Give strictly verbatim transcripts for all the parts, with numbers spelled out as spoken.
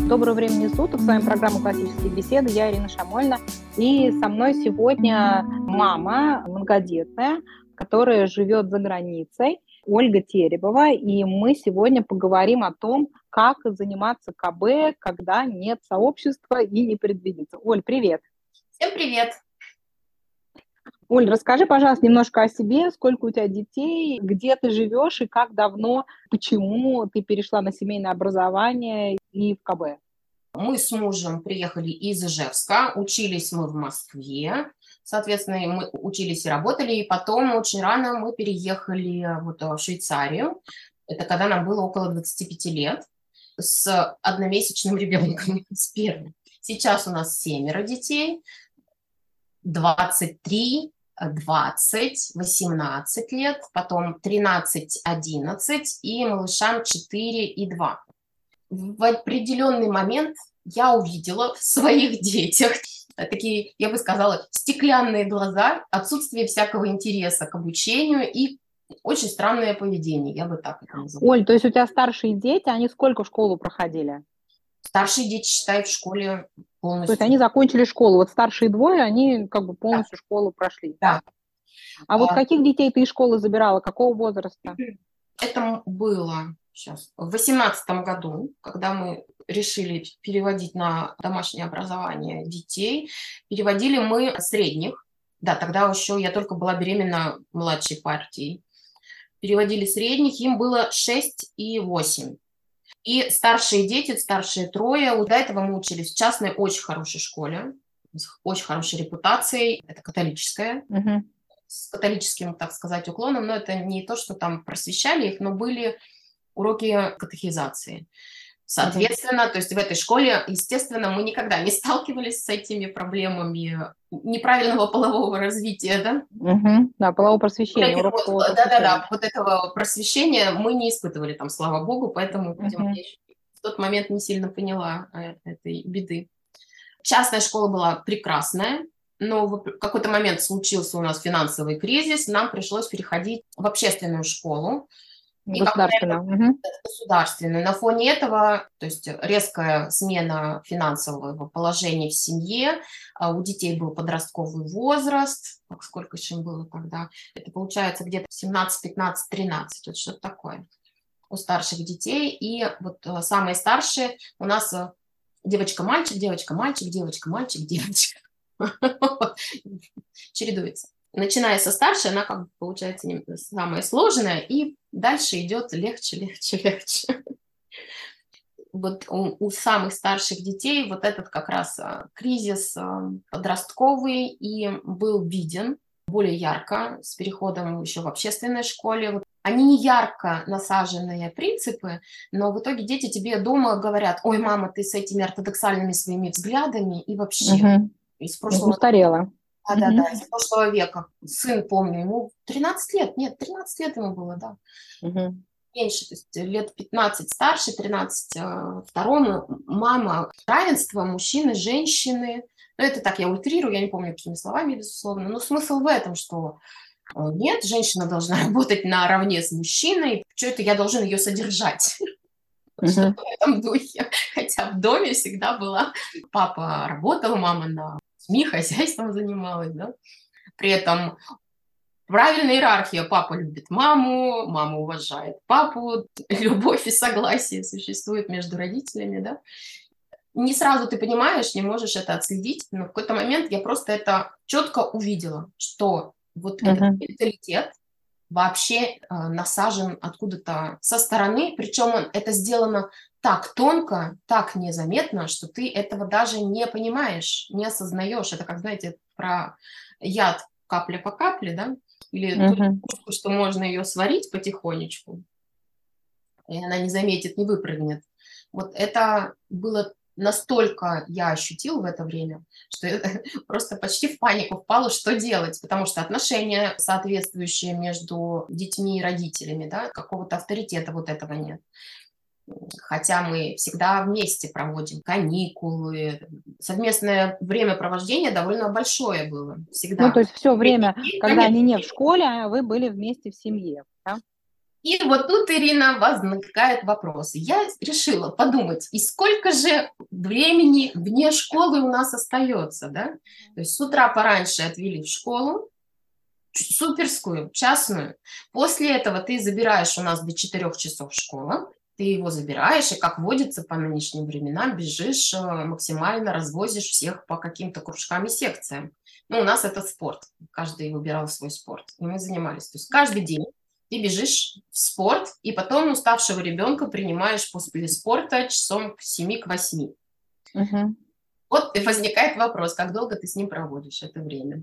Доброго времени суток. С вами программа «Классические беседы». Я Ирина Шамольна. И со мной сегодня мама многодетная, которая живет за границей, Ольга Теребова. И мы сегодня поговорим о том, как заниматься КБ, когда нет сообщества и не предвидится. Оль, привет. Всем привет. Оль, расскажи, пожалуйста, немножко о себе, сколько у тебя детей, где ты живешь и как давно, почему ты перешла на семейное образование и в КБ. Мы с мужем приехали из Ижевска, учились мы в Москве, соответственно, мы учились и работали, и потом очень рано мы переехали вот в Швейцарию, это когда нам было около двадцати пяти лет, с одномесячным ребенком, с первым. Сейчас у нас семеро детей, двадцать три, двадцать, восемнадцать лет, потом тринадцать, одиннадцать и малышам четыре и два. В определенный момент я увидела в своих детях такие, я бы сказала, стеклянные глаза, отсутствие всякого интереса к обучению и очень странное поведение, я бы так это называла. Оль, то есть у тебя старшие дети, они сколько в школу проходили? Старшие дети, считай, в школе полностью. То есть они закончили школу. Вот старшие двое, они как бы полностью да. школу прошли. Да. А, а вот каких детей ты из школы забирала? Какого возраста? Это было сейчас в восемнадцатом году, когда мы решили переводить на домашнее образование детей. Переводили мы средних. Да, тогда еще я только была беременна младшей партией. Переводили средних, им было шесть и восемь. И старшие дети, старшие трое, до этого мы учились в частной очень хорошей школе, с очень хорошей репутацией, это католическая, угу. с католическим, так сказать, уклоном, но это не то, что там просвещали их, но были уроки катехизации. Соответственно, угу. то есть в этой школе, естественно, мы никогда не сталкивались с этими проблемами неправильного полового развития, да? Угу. Да, полового просвещения. Вот, урок вот, да-да-да, вот этого просвещения мы не испытывали там, слава богу, поэтому, видимо, uh-huh. я еще в тот момент не сильно поняла этой беды. Частная школа была прекрасная, но в какой-то момент случился у нас финансовый кризис, нам пришлось переходить в общественную школу. Государственную. Угу. Государственную. На фоне этого, то есть резкая смена финансового положения в семье, у детей был подростковый возраст, сколько же им было тогда, это получается где-то семнадцать, пятнадцать, тринадцать, вот что-то такое у старших детей. И вот самые старшие у нас девочка-мальчик, девочка-мальчик, девочка-мальчик, девочка. Чередуется. Начиная со старшей, она как бы получается самая сложная, и дальше идет легче, легче, легче. Вот у, у самых старших детей вот этот как раз кризис подростковый и был виден более ярко с переходом еще в общественной школе. Вот они не ярко насаженные принципы, но в итоге дети тебе дома говорят: ой, мама, ты с этими ортодоксальными своими взглядами и вообще угу. из прошлого... Устарела. Да, да, да, из прошлого века. Сын, помню, ему тринадцать лет, нет, тринадцать лет ему было, да. Угу. Меньше, то есть лет пятнадцать старше, тринадцать э, второму. Мама, равенство мужчины, женщины. Ну, это так, я утрирую, я не помню, какими словами, безусловно. Но смысл в этом, что э, нет, женщина должна работать наравне с мужчиной. Что это я должен ее содержать? Что-то в этом духе. Хотя в доме всегда была... Папа работал, мама на СМИ, хозяйством занималась, да. При этом правильная иерархия. Папа любит маму, мама уважает папу. Любовь и согласие существует между родителями, да. Не сразу ты понимаешь, не можешь это отследить, но в какой-то момент я просто это четко увидела, что вот uh-huh. этот менталитет вообще э, насажен откуда-то со стороны, причем он, это сделано так тонко, так незаметно, что ты этого даже не понимаешь, не осознаешь. Это как, знаете, про яд капля по капле, да? Или uh-huh. ту лягушку, что можно ее сварить потихонечку, и она не заметит, не выпрыгнет. Вот это было настолько я ощутила в это время, что я просто почти в панику впала, что делать, потому что отношения соответствующие между детьми и родителями, да, какого-то авторитета вот этого нет. Хотя мы всегда вместе проводим каникулы, совместное времяпровождение довольно большое было всегда. Ну, то есть все время, когда они не в школе, вы были вместе в семье, да? И вот тут, Ирина, возникает вопрос. Я решила подумать, и сколько же времени вне школы у нас остается, да? То есть с утра пораньше отвели в школу, суперскую, частную. После этого ты забираешь, у нас до четырех часов школа, ты его забираешь, и, как водится по нынешним временам, бежишь, максимально развозишь всех по каким-то кружкам и секциям. Ну, у нас это спорт. Каждый выбирал свой спорт. И мы занимались. То есть каждый день ты бежишь в спорт, и потом уставшего ребенка принимаешь после спорта часом к семи, к восьми. Угу. Вот и возникает вопрос, как долго ты с ним проводишь это время.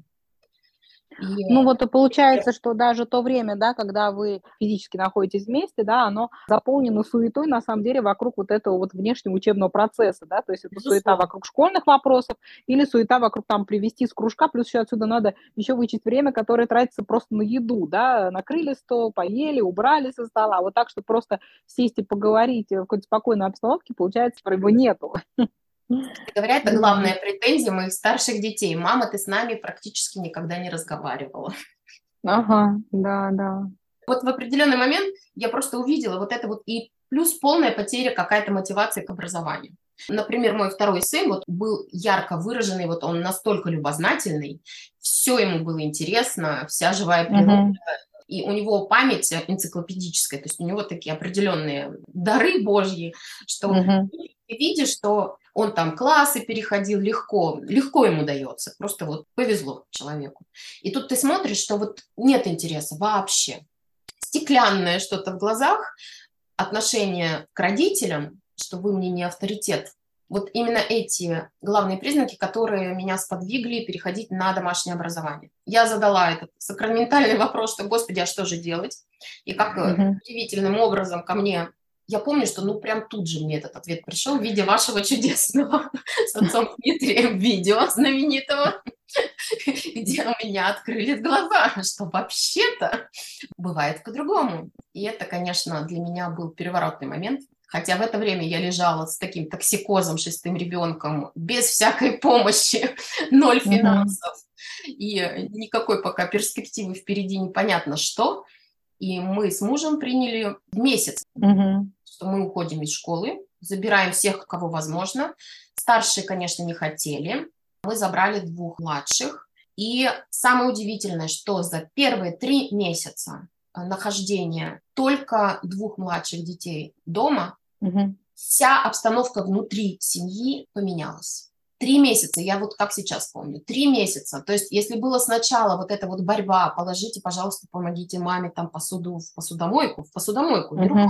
И... Ну вот и получается, что даже то время, да, когда вы физически находитесь вместе, да, оно заполнено суетой, на самом деле, вокруг вот этого вот внешнего учебного процесса, да, то есть это Безусловно. суета вокруг школьных вопросов или суета вокруг там привести с кружка, плюс еще отсюда надо еще вычесть время, которое тратится просто на еду, да, накрыли стол, поели, убрали со стола, а вот так, чтобы просто сесть и поговорить в какой-то спокойной обстановке, получается, его нету. Говоря, это главная претензия моих старших детей. Мама, ты с нами практически никогда не разговаривала. Ага, да, да. Вот в определенный момент я просто увидела вот это вот, и плюс полная потеря какая-то мотивации к образованию. Например, мой второй сын вот был ярко выраженный, вот он настолько любознательный, все ему было интересно, вся живая природа. Uh-huh. И у него память энциклопедическая, то есть у него такие определенные дары божьи, что uh-huh. ты видишь, что он там классы переходил легко, легко ему дается, просто вот повезло человеку. И тут ты смотришь, что вот нет интереса вообще. Стеклянное что-то в глазах, отношение к родителям, что вы мне не авторитет. Вот именно эти главные признаки, которые меня сподвигли переходить на домашнее образование. Я задала этот сакраментальный вопрос, что, Господи, а что же делать? И как uh-huh. удивительным образом ко мне, я помню, что ну прям тут же мне этот ответ пришел в виде вашего чудесного с отцом Дмитрием видео знаменитого, где у меня открылись глаза, что вообще-то бывает по-другому. И это, конечно, для меня был переворотный момент. Хотя в это время я лежала с таким токсикозом, шестым ребенком, без всякой помощи, ноль финансов, mm-hmm. и никакой пока перспективы впереди непонятно что. И мы с мужем приняли месяц, mm-hmm. что мы уходим из школы, забираем всех, кого возможно. Старшие, конечно, не хотели. Мы забрали двух младших. И самое удивительное, что за первые три месяца нахождения только двух младших детей дома, угу. вся обстановка внутри семьи поменялась. Три месяца, я вот как сейчас помню, три месяца. То есть если было сначала вот эта вот борьба, положите, пожалуйста, помогите маме там посуду в посудомойку, в посудомойку, угу.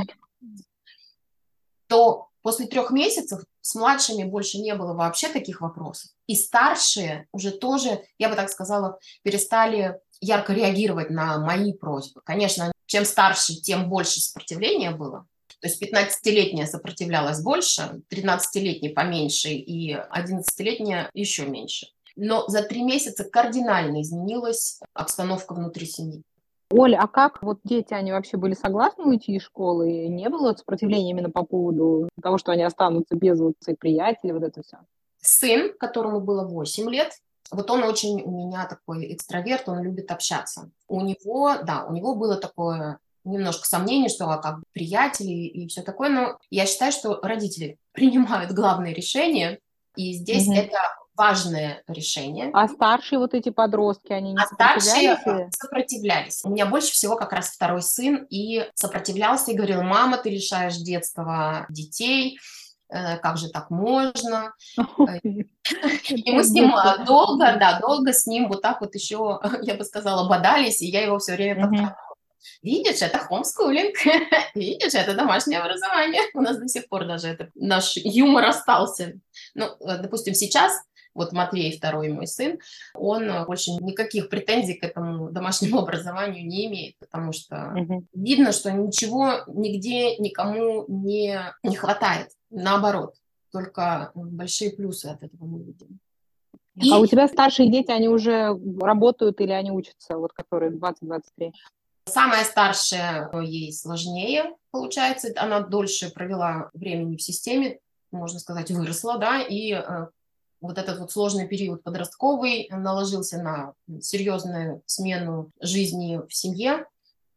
то после трех месяцев с младшими больше не было вообще таких вопросов. И старшие уже тоже, я бы так сказала, перестали ярко реагировать на мои просьбы. Конечно, чем старше, тем больше сопротивления было. То есть пятнадцатилетняя сопротивлялась больше, тринадцатилетняя поменьше и одиннадцатилетняя еще меньше. Но за три месяца кардинально изменилась обстановка внутри семьи. Оля, а как вот дети, они вообще были согласны уйти из школы? Не было сопротивления именно по поводу того, что они останутся без вот своих приятелей, вот это все? Сын, которому было восемь лет, вот он очень у меня такой экстраверт, он любит общаться. У него, да, у него было такое немножко сомнение, что а как приятели и все такое, но я считаю, что родители принимают главные решения, и здесь угу. это важное решение. А старшие вот эти подростки, они не а сопротивлялись? старшие сопротивлялись. У меня больше всего как раз второй сын и сопротивлялся, и говорил: мама, ты лишаешь детства детей, как же так можно? И мы с ним долго, да, долго с ним вот так вот еще, я бы сказала, бодались, и я его все время подталкивала. Видишь, это хомскулинг, видишь, это домашнее образование. У нас до сих пор даже это, наш юмор остался. Ну, допустим, сейчас, вот Матвей, второй мой сын, он больше никаких претензий к этому домашнему образованию не имеет, потому что uh-huh. видно, что ничего нигде никому не, не хватает. Наоборот, только большие плюсы от этого мы видим. И... А у тебя старшие дети, они уже работают или они учатся, вот которые двадцать-двадцать три? Самая старшая, ей сложнее получается, она дольше провела времени в системе, можно сказать, выросла, да, и э, вот этот вот сложный период подростковый наложился на серьезную смену жизни в семье.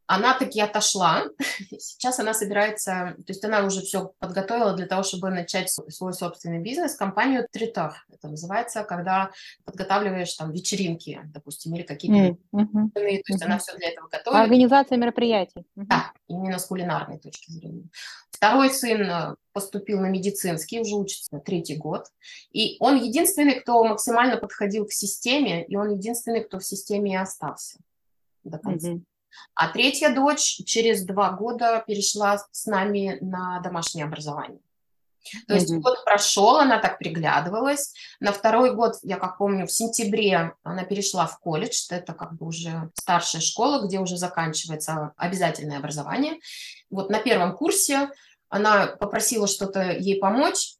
Она таки отошла. Сейчас она собирается, то есть она уже все подготовила для того, чтобы начать свой собственный бизнес, компанию Тритор. Это называется, когда подготавливаешь там вечеринки, допустим, или какие-то... Mm, мгм, То есть она мгм. все для этого готовит. Организация мероприятий. Мгм. Да, именно с кулинарной точки зрения. Второй сын э, поступил на медицинский, уже учится третий год. И он единственный, кто максимально подходил к системе, и он единственный, кто в системе и остался до конца. Мгм. А третья дочь через два года перешла с нами на домашнее образование. То есть Мгм. год прошел, она так приглядывалась. На второй год, я как помню, в сентябре она перешла в колледж. Это как бы уже старшая школа, где уже заканчивается обязательное образование. Вот на первом курсе она попросила что-то ей помочь.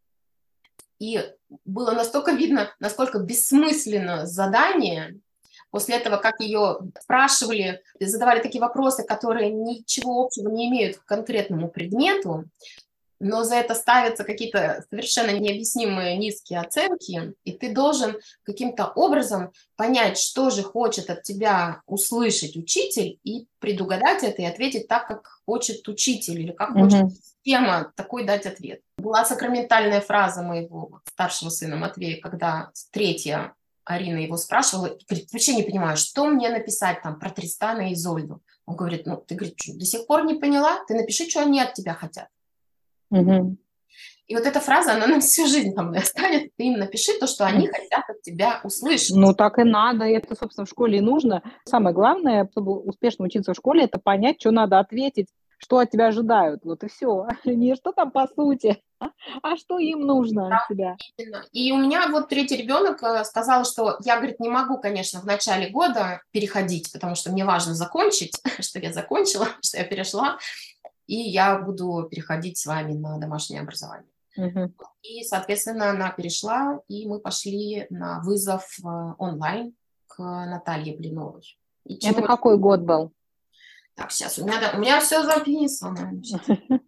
И было настолько видно, насколько бессмысленно задание. После этого, как ее спрашивали, задавали такие вопросы, которые ничего общего не имеют к конкретному предмету, но за это ставятся какие-то совершенно необъяснимые низкие оценки, и ты должен каким-то образом понять, что же хочет от тебя услышать учитель, и предугадать это, и ответить так, как хочет учитель, или как хочет Мгм. система такой дать ответ. Была сакраментальная фраза моего старшего сына Матвея, когда третья Арина его спрашивала, и говорит, вообще не понимаю, что мне написать там про Тристана и Изольду. Он говорит, ну, ты, говорит, что, до сих пор не поняла? Ты напиши, что они от тебя хотят. Мгм. И вот эта фраза, она на всю жизнь там останется. Ты им напиши то, что они хотят от тебя услышать. Ну, так и надо. Это, собственно, в школе и нужно. Самое главное, чтобы успешно учиться в школе, это понять, что надо ответить, что от тебя ожидают. Вот и все. Не что там по сути, а что им нужно от тебя. И у меня вот третий ребенок э, сказал, что я, говорит, не могу, конечно, в начале года переходить, потому что мне важно закончить, что я закончила, что я перешла, и я буду переходить с вами на домашнее образование. Мгм. И, соответственно, она перешла, и мы пошли на вызов э, онлайн к Наталье Блиновой. И Это чему... какой год был? Так, сейчас, у меня, да, у меня все записано. Сейчас.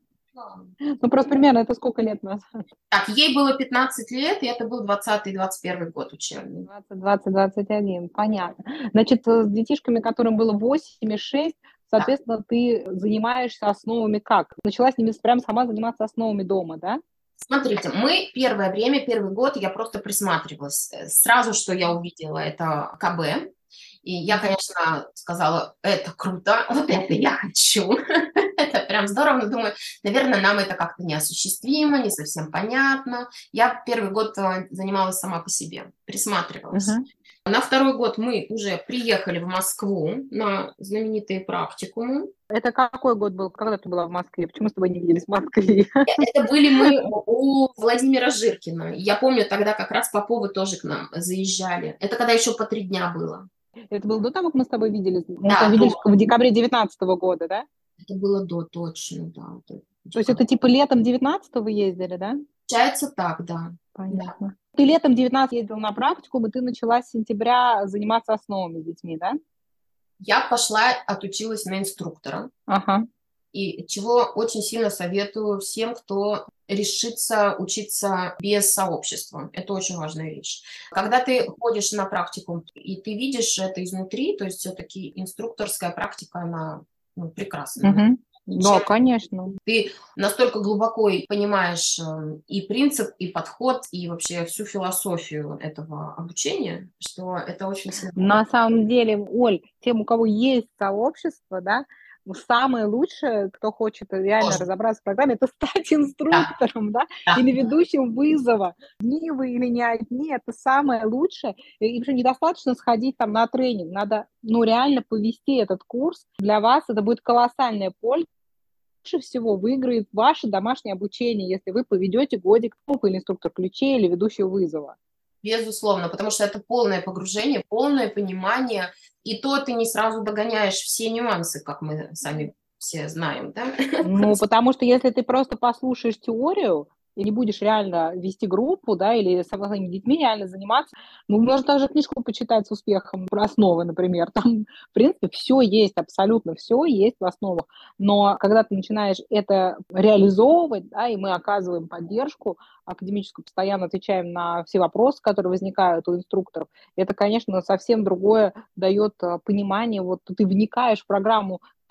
Ну, просто примерно это сколько лет назад? Так, ей было пятнадцать лет, и это был двадцатый двадцать первый год учебный. двадцать, двадцать, двадцать один. Понятно. Значит, э, с детишками, которым было восемь и шесть, Да. соответственно, ты занимаешься основами как? Начала с ними прям сама заниматься основами дома, да? Смотрите, мы первое время, первый год я просто присматривалась. Э, Сразу, что я увидела, это КБ. И я, конечно, сказала, это круто, вот это я хочу. Это прям здорово, но думаю, наверное, нам это как-то неосуществимо, не совсем понятно. Я первый год э, занималась сама по себе, присматривалась. Мгм. На второй год мы уже приехали в Москву на знаменитые практикумы. Это какой год был? Когда ты была в Москве? Почему с тобой не виделись в Москве? Э, Это были мы у Владимира Жиркина. Я помню, тогда как раз Поповы тоже к нам заезжали. Это когда еще по три дня было. Это было до того, как мы с тобой виделись? Мы с Да, тобой до. виделись в декабре девятнадцатого года, да? Это было до, точно, да. Вот это То есть это типа летом девятнадцатого вы ездили, да? Получается так, да. Да. Понятно. Ты летом девятнадцатого ездил на практику, и ты начала с сентября заниматься основами с детьми, да? Я пошла, отучилась на инструктора. Ага. И чего очень сильно советую всем, кто решится учиться без сообщества. Это очень важная вещь. Когда ты ходишь на практику, и ты видишь это изнутри, то есть все-таки инструкторская практика, она ну, прекрасная. Угу. Да, Чем конечно. ты настолько глубоко понимаешь э, и принцип, и подход, и вообще всю философию этого обучения, что это очень сильно. На самом деле, Оль, тем, у кого есть сообщество, да, ну, самое лучшее, кто хочет реально Сложно. разобраться в программе, это стать Да, инструктором, да, да. или ведущим вызова. Одни вы или не одни, это самое лучшее. И и причем недостаточно сходить там на тренинг, надо, ну, реально повести этот курс. Для вас это будет колоссальная польза. Лучше всего выиграет ваше домашнее обучение, если вы поведете годик, ну, или инструктор ключей, или ведущего вызова. Безусловно, потому что это полное погружение, полное понимание, и то ты не сразу догоняешь все нюансы, как мы сами все знаем, да? Ну, потому что если ты просто послушаешь теорию и не будешь реально вести группу, да, или со своими детьми реально заниматься, ну, можно даже книжку почитать с успехом про основы, например. Там, в принципе, все есть, абсолютно все есть в основах. Но когда ты начинаешь это реализовывать, да, и мы оказываем поддержку академическую, постоянно отвечаем на все вопросы, которые возникают у инструкторов, это, конечно, совсем другое дает а, понимание. Вот ты вникаешь в программу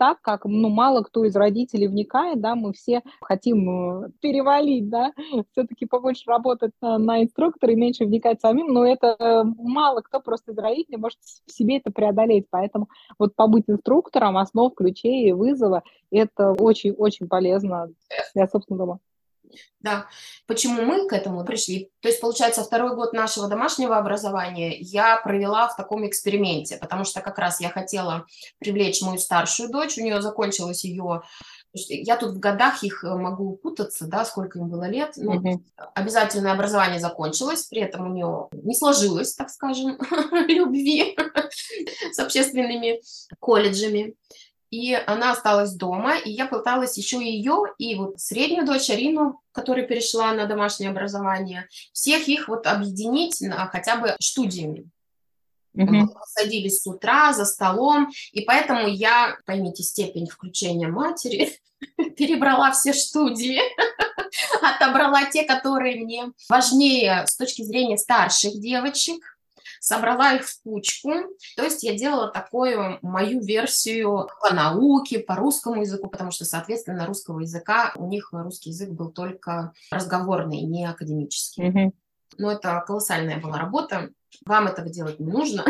так, как, ну, мало кто из родителей вникает, да, мы все хотим э, перевалить, да, все-таки побольше работать на, на инструктора и меньше вникать самим, но это э, мало кто просто из родителей может в себе это преодолеть, поэтому вот побыть инструктором основ, ключей и вызова, это очень-очень полезно. Я, собственно, думаю. Да. Почему мы к этому пришли? То есть, получается, второй год нашего домашнего образования я провела в таком эксперименте, потому что как раз я хотела привлечь мою старшую дочь, у нее закончилась ее... Я тут в годах их могу путаться, да, сколько им было лет. Ну, Мгм. обязательное образование закончилось, при этом у нее не сложилось, так скажем, любви с общественными колледжами. И она осталась дома, и я пыталась еще ее и вот среднюю дочь Арину, которая перешла на домашнее образование, всех их вот объединить на хотя бы студиями. Мгм. Вот, садились с утра за столом, и поэтому я, поймите степень включения матери, перебрала все студии, отобрала те, которые мне важнее с точки зрения старших девочек, собрала их в кучку, то есть я делала такую мою версию по науке, по русскому языку, потому что, соответственно, русского языка, у них русский язык был только разговорный, не академический. Мгм. Но это колоссальная была работа, вам этого делать не нужно.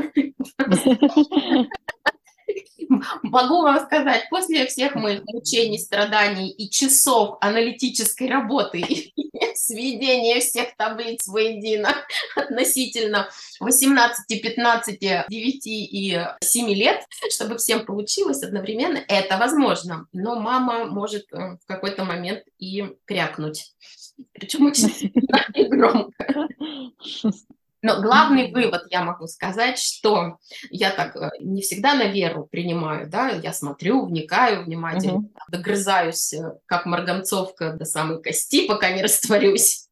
Могу вам сказать, после всех моих мучений, страданий и часов аналитической работы и сведения всех таблиц воедино относительно восемнадцати, пятнадцати, девяти и семи лет, чтобы всем получилось одновременно, это возможно. Но мама может в какой-то момент и крякнуть. Причем очень сильно и громко. Но главный вывод я могу сказать, что я так не всегда на веру принимаю, да, я смотрю, вникаю внимательно, Мгм. догрызаюсь, как марганцовка до самой кости, пока не растворюсь,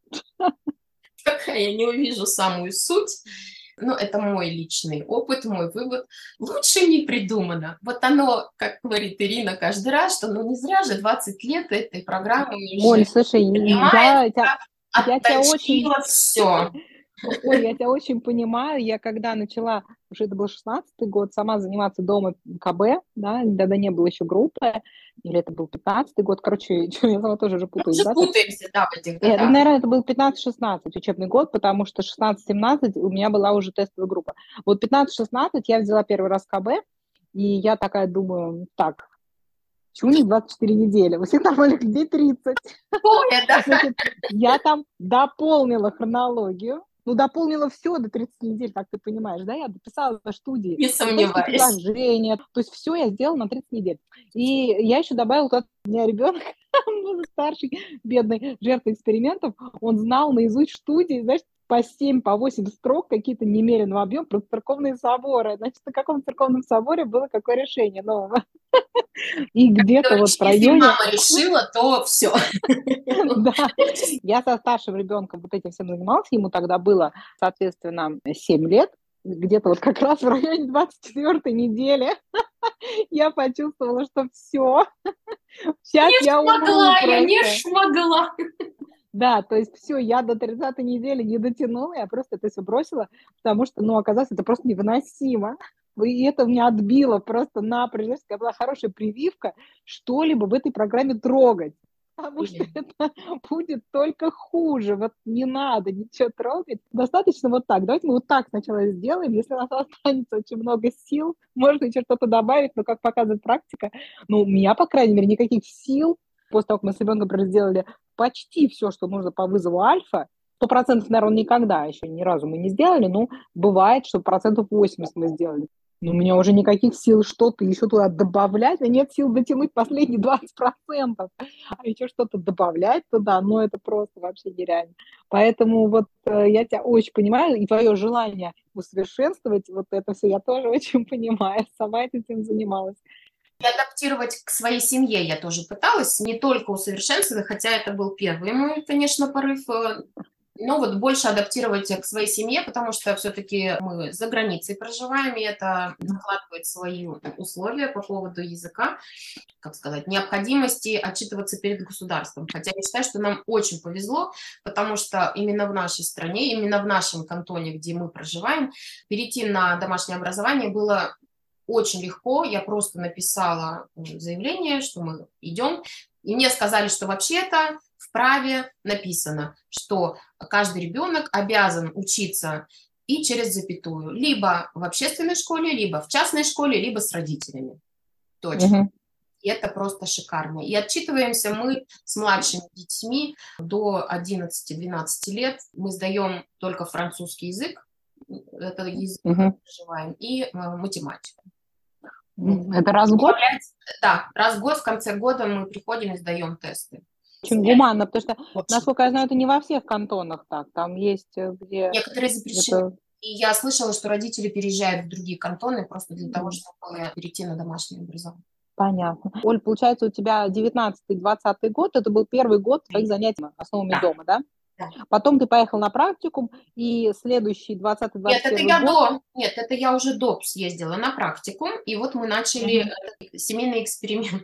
пока я не увижу самую суть. Но это мой личный опыт, мой вывод. Лучше не придумано. Вот оно, как говорит Ирина каждый раз, что ну не зря же двадцать лет этой программы уже Оль, слушай, понимает, я тебя, я тебя очень... отточила все. Оль, я тебя очень понимаю. Я когда начала, уже это был шестнадцатый год, сама заниматься дома КБ, да, тогда не было еще группы, или это был пятнадцатый год, короче, я сама тоже уже Мы путаюсь, уже да, путаемся, да, в этих И, ну, годах. наверное, это был пятнадцать-шестнадцать учебный год, потому что шестнадцать-семнадцать у меня была уже тестовая группа. Вот пятнадцать-шестнадцать я взяла первый раз КБ, и я такая думаю, так, почему не двадцать четыре недели? У всех нормальных людей тридцать. Ой, да. Значит, я там дополнила хронологию, ну, дополнила все до тридцати недель, как ты понимаешь, да, я дописала студии, Не методические сомневаюсь. предложения, то есть все я сделала на тридцать недель. И я еще добавила, туда, у меня ребенок, он был старший, бедный, жертва экспериментов, он знал наизусть студии, знаешь, по семь, по восемь строк, какие-то немеренного объема, про церковные соборы. Значит, на каком церковном соборе было какое решение нового. И где-то вот Говоришь, в если районе... мама решила, то все. Да, я со старшим ребенком вот этим всем занималась, ему тогда было, соответственно, семь лет, где-то вот как раз в районе двадцать четвёртой недели я почувствовала, что все, сейчас Не я умру смогла я, не просто. смогла. Да, то есть все, я до тридцатой недели не дотянула, я просто это все бросила, потому что, ну, оказалось, это просто невыносимо. И это меня отбило просто напрочь. Знаешь, такая была хорошая прививка что-либо в этой программе трогать, потому что это будет только хуже. Вот не надо ничего трогать. Достаточно вот так. Давайте мы вот так сначала сделаем. Если у нас останется очень много сил, можно еще что-то добавить, но, как показывает практика, ну, у меня, по крайней мере, никаких сил после того, как мы с ребенком сделали почти все, что нужно по вызову альфа, сто процентов, наверное, никогда еще ни разу мы не сделали, но бывает, что процентов восемьдесят мы сделали. Но у меня уже никаких сил что-то еще туда добавлять, а нет сил дотянуть последние двадцать процентов, а еще что-то добавлять туда, ну это просто вообще нереально. Поэтому вот э, я тебя очень понимаю, и твое желание усовершенствовать вот это все я тоже очень понимаю, сама этим занималась. И адаптировать к своей семье я тоже пыталась, не только усовершенствовать, хотя это был первый мой, конечно, порыв, но вот больше адаптировать к своей семье, потому что все-таки мы за границей проживаем, и это накладывает свои условия по поводу языка, как сказать, необходимости отчитываться перед государством. Хотя я считаю, что нам очень повезло, потому что именно в нашей стране, именно в нашем кантоне, где мы проживаем, перейти на домашнее образование было очень легко. Я просто написала заявление, что мы идем. И мне сказали, что вообще-то в праве написано, что каждый ребенок обязан учиться и через запятую. Либо в общественной школе, либо в частной школе, либо с родителями. Точка. Мгм. И это просто шикарно. И отчитываемся мы с младшими детьми до одиннадцати-двенадцати лет. Мы сдаем только французский язык, это язык Мгм. проживаем, и э, математику. М, Это раз в год? Добавляется- Да, раз в год, в конце года мы приходим и сдаем тесты. Очень гуманно, потому что, Очень. насколько я знаю, это не во всех кантонах так. Там есть, э, где Некоторые запрещены. это И я слышала, что родители переезжают в другие кантоны просто для того, м, чтобы перейти на домашнее образование. понятно. Оль, получается, у тебя девятнадцатый-двадцатый год, это был первый год твоих занятий основами Да, дома, да? да. Потом ты поехал на практикум, и следующий двадцатый Нет, двадцать это первый я год. до, нет, это я уже до съездила на практику, и вот мы начали Мгм. этот семейный эксперимент.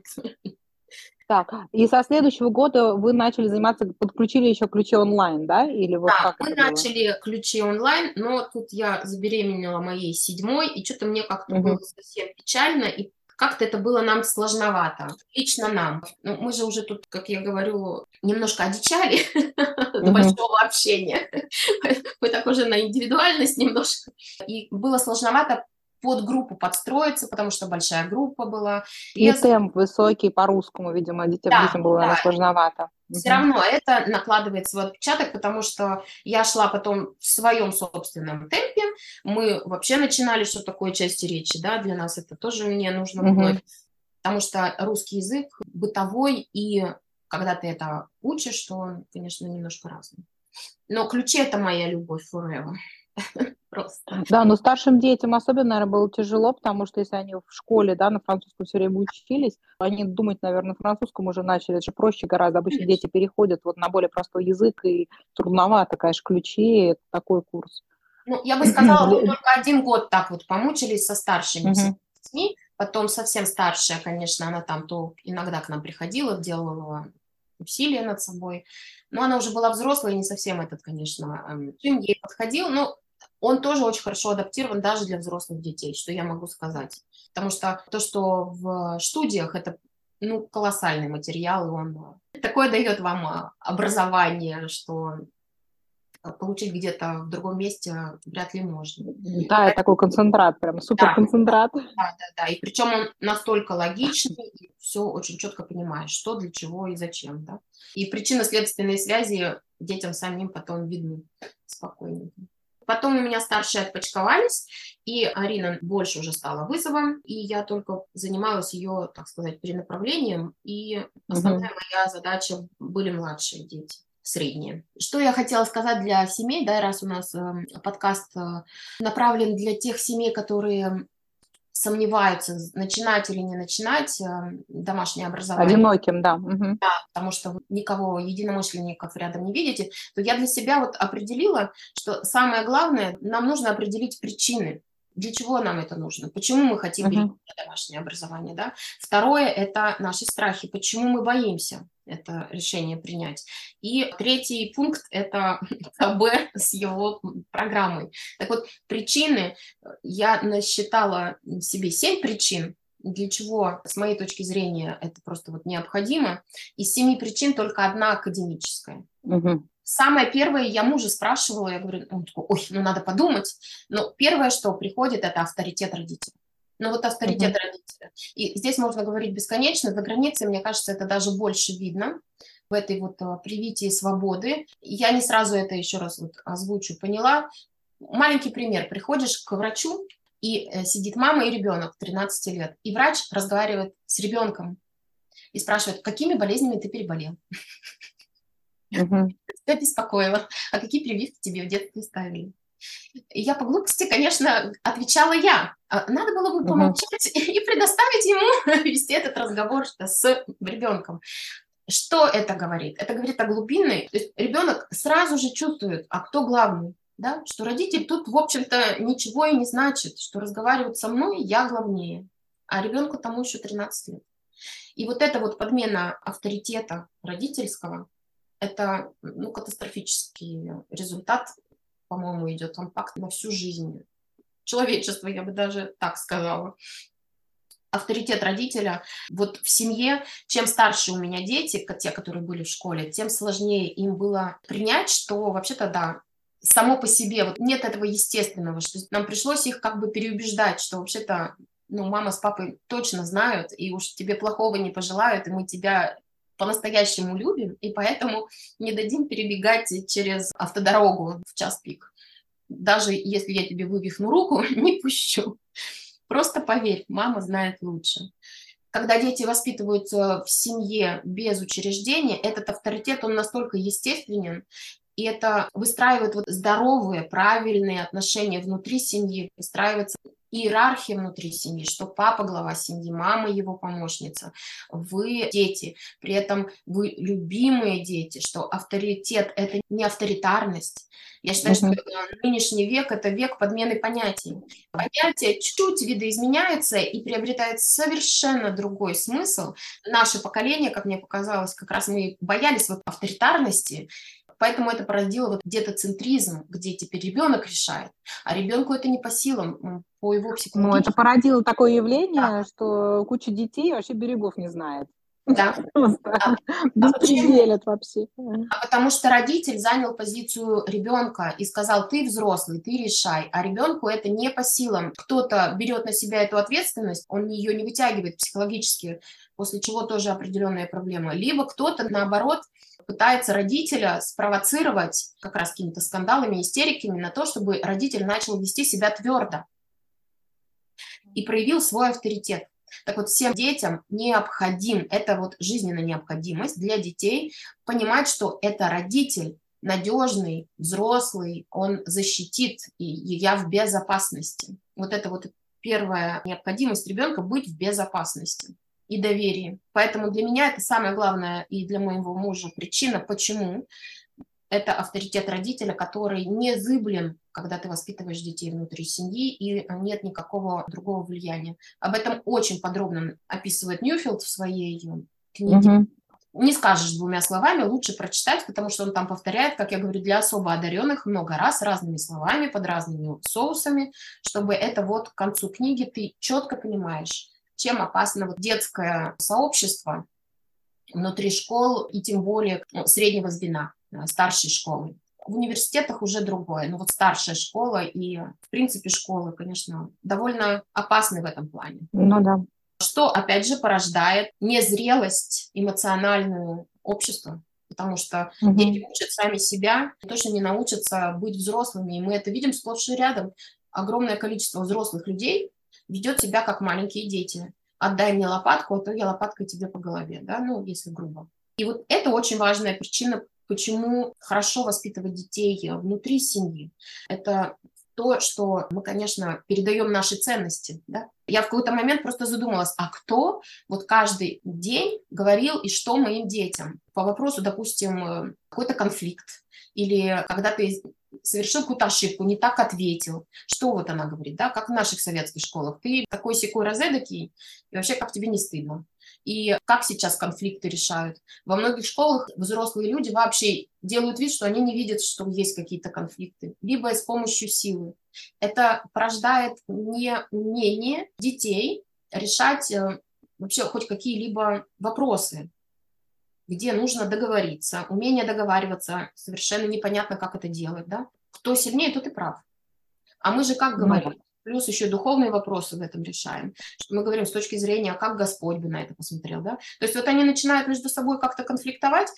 Так, и со следующего года вы начали заниматься, подключили еще ключи онлайн, да? Или вот Да, как мы это было? начали ключи онлайн, но тут я забеременела моей седьмой, и что-то мне как-то было Мгм. совсем печально, и как-то это было нам сложновато, лично нам. Ну, мы же уже тут, как я говорю, немножко одичали до Мгм. большого общения. Мы так уже на индивидуальность немножко. И было сложновато под группу подстроиться, потому что большая группа была. И Резко. темп высокий по-русскому, видимо, детям, Да, детям было, наверное, да. сложновато. Все Мгм. равно это накладывает свой отпечаток, потому что я шла потом в своем собственном темпе. Мы вообще начинали с такой части речи, да, для нас это тоже мне нужно было, Мгм. потому что русский язык бытовой, и когда ты это учишь, то он, конечно, немножко разный. Но ключи — это моя любовь forever. Просто. Да, но старшим детям особенно, наверное, было тяжело, потому что если они в школе, да, на французском все время учились, они думать, наверное, на французском уже начали. Это же проще гораздо. Обычно дети переходят вот на более простой язык, и трудновато, конечно, ключи — это такой курс. Ну, я бы сказала, вот Для только один год так вот помучились со старшими всеми Мгм. детьми. Потом совсем старшая, конечно, она там то иногда к нам приходила, делала усилия над собой. Но она уже была взрослая, и не совсем этот, конечно, эм, режим ей подходил. Но он тоже очень хорошо адаптирован даже для взрослых детей, что я могу сказать. Потому что то, что в студиях, это, ну, колоссальный материал, и он э, такое дает вам а, образование, что а, получить где-то в другом месте вряд ли можно. Да, это такой концентрат, прям Да, суперконцентрат. да, да, да. И причем он настолько логичный, и все очень четко понимаешь, что, для чего и зачем, да. И причинно-следственные связи детям самим потом видны спокойненько. Потом у меня старшие отпочковались, и Арина больше уже стала вызовом, и я только занималась ее, так сказать, перенаправлением, и основная Мгм. моя задача были младшие дети, средние. Что я хотела сказать для семей, да, раз у нас э, подкаст э, направлен для тех семей, которые сомневаются, начинать или не начинать э, домашнее образование, Одиноким, да. Мгм. потому что вы никого, единомышленников рядом не видите, то я для себя вот определила, что самое главное, нам нужно определить причины, для чего нам это нужно, почему мы хотим перейти Мгм. на домашнее образование, да. Второе — это наши страхи, почему мы боимся это решение принять. И третий пункт — это КБ с его программой. Так вот, причины, я насчитала себе семь причин, для чего, с моей точки зрения, это просто вот необходимо. Из семи причин только одна академическая. Мгм. Самое первое, я мужа спрашивала, я говорю, он такой, ой, ну надо подумать. Но первое, что приходит, это авторитет родителя. Ну вот авторитет Мгм. родителя. И здесь можно говорить бесконечно. За границей, мне кажется, это даже больше видно в этой вот а, привитии свободы. Я не сразу это еще раз вот озвучу, поняла. Маленький пример. Приходишь к врачу, и э, сидит мама и ребенок тринадцати лет. И врач разговаривает с ребенком и спрашивает, какими болезнями ты переболел? Мгм. Тебя беспокоило? А какие прививки тебе в детстве ставили? И я по глупости, конечно, отвечала я. А надо было бы Мгм. помолчать и предоставить ему вести этот разговор с ребенком. Что это говорит? Это говорит о глубинной. То есть ребенок сразу же чувствует, а кто главный? Да? Что родитель тут, в общем-то, ничего и не значит, что разговаривают со мной, я главнее. А ребенку тому еще тринадцать лет. И вот эта вот подмена авторитета родительского, это, ну, катастрофический результат, по-моему, идет. Он пакт на всю жизнь. Человечество, я бы даже так сказала. авторитет родителя вот в семье. Чем старше у меня дети, те, которые были в школе, тем сложнее им было принять, что вообще-то да, само по себе вот нет этого естественного, что нам пришлось их как бы переубеждать, что вообще-то ну, мама с папой точно знают, и уж тебе плохого не пожелают, и мы тебя по-настоящему любим, и поэтому не дадим перебегать через автодорогу в час пик. Даже если я тебе вывихну руку, не пущу. Просто поверь, мама знает лучше. Когда дети воспитываются в семье без учреждения, этот авторитет, он настолько естественен, и это выстраивает вот здоровые, правильные отношения внутри семьи, выстраивается иерархия внутри семьи, что папа глава семьи, мама его помощница, вы дети, при этом вы любимые дети, что авторитет – это не авторитарность. Я считаю, uh-huh. что нынешний век – это век подмены понятий. Понятия чуть-чуть видоизменяются и приобретают совершенно другой смысл. Наше поколение, как мне показалось, как раз мы боялись вот авторитарности, поэтому это породило вот детоцентризм, где теперь ребенок решает, а ребенку это не по силам, по его психологии. Ну, это породило такое явление, да. что куча детей вообще берегов не знает. Да. да. Беспределят а вообще. А потому что родитель занял позицию ребенка и сказал, ты взрослый, ты решай, а ребенку это не по силам. Кто-то берет на себя эту ответственность, он ее не вытягивает психологически, после чего тоже определенная проблема. Либо кто-то, наоборот, пытается родителя спровоцировать как раз какими-то скандалами, истериками на то, чтобы родитель начал вести себя твердо и проявил свой авторитет. Так вот, всем детям необходим, это вот жизненная необходимость для детей, понимать, что это родитель надежный, взрослый, он защитит, и я в безопасности. Вот это вот первая необходимость ребенка быть в безопасности и доверии. Поэтому для меня это самое главное и для моего мужа причина, почему это авторитет родителя, который незыблем, когда ты воспитываешь детей внутри семьи, и нет никакого другого влияния. Об этом очень подробно описывает Ньюфилд в своей книге. Uh-huh. Не скажешь двумя словами, лучше прочитать, потому что он там повторяет, как я говорю, для особо одаренных много раз, разными словами, под разными соусами, чтобы это вот к концу книги ты четко понимаешь, чем опасно вот детское сообщество внутри школ и тем более ну, среднего звена, старшей школы. В университетах уже другое, но вот старшая школа и, в принципе, школы, конечно, довольно опасны в этом плане. Ну да. Что, опять же, порождает незрелость эмоциональную общества, потому что uh-huh. дети учат сами себя, точно не научатся быть взрослыми, и мы это видим сплошь и рядом. Огромное количество взрослых людей ведет себя как маленькие дети. Отдай мне лопатку, а то я лопаткой тебе по голове, да, ну, если грубо. И вот это очень важная причина, почему хорошо воспитывать детей внутри семьи. Это то, что мы, конечно, передаем наши ценности, да. Я в какой-то момент просто задумалась, а кто вот каждый день говорил и что моим детям? По вопросу, допустим, какой-то конфликт или когда ты совершил какую-то ошибку, не так ответил. Что вот она говорит, да, как в наших советских школах. Ты такой-сякой розэдакий, и вообще как тебе не стыдно. И как сейчас конфликты решают. Во многих школах взрослые люди вообще делают вид, что они не видят, что есть какие-то конфликты, либо с помощью силы. Это порождает неумение детей решать вообще хоть какие-либо вопросы, где нужно договориться. Умение договариваться, совершенно непонятно, как это делать, да? Кто сильнее, тот и прав. А мы же как говорим? Mm-hmm. Плюс еще духовные вопросы в этом решаем. Что мы говорим с точки зрения, как Господь бы на это посмотрел, да? То есть вот они начинают между собой как-то конфликтовать.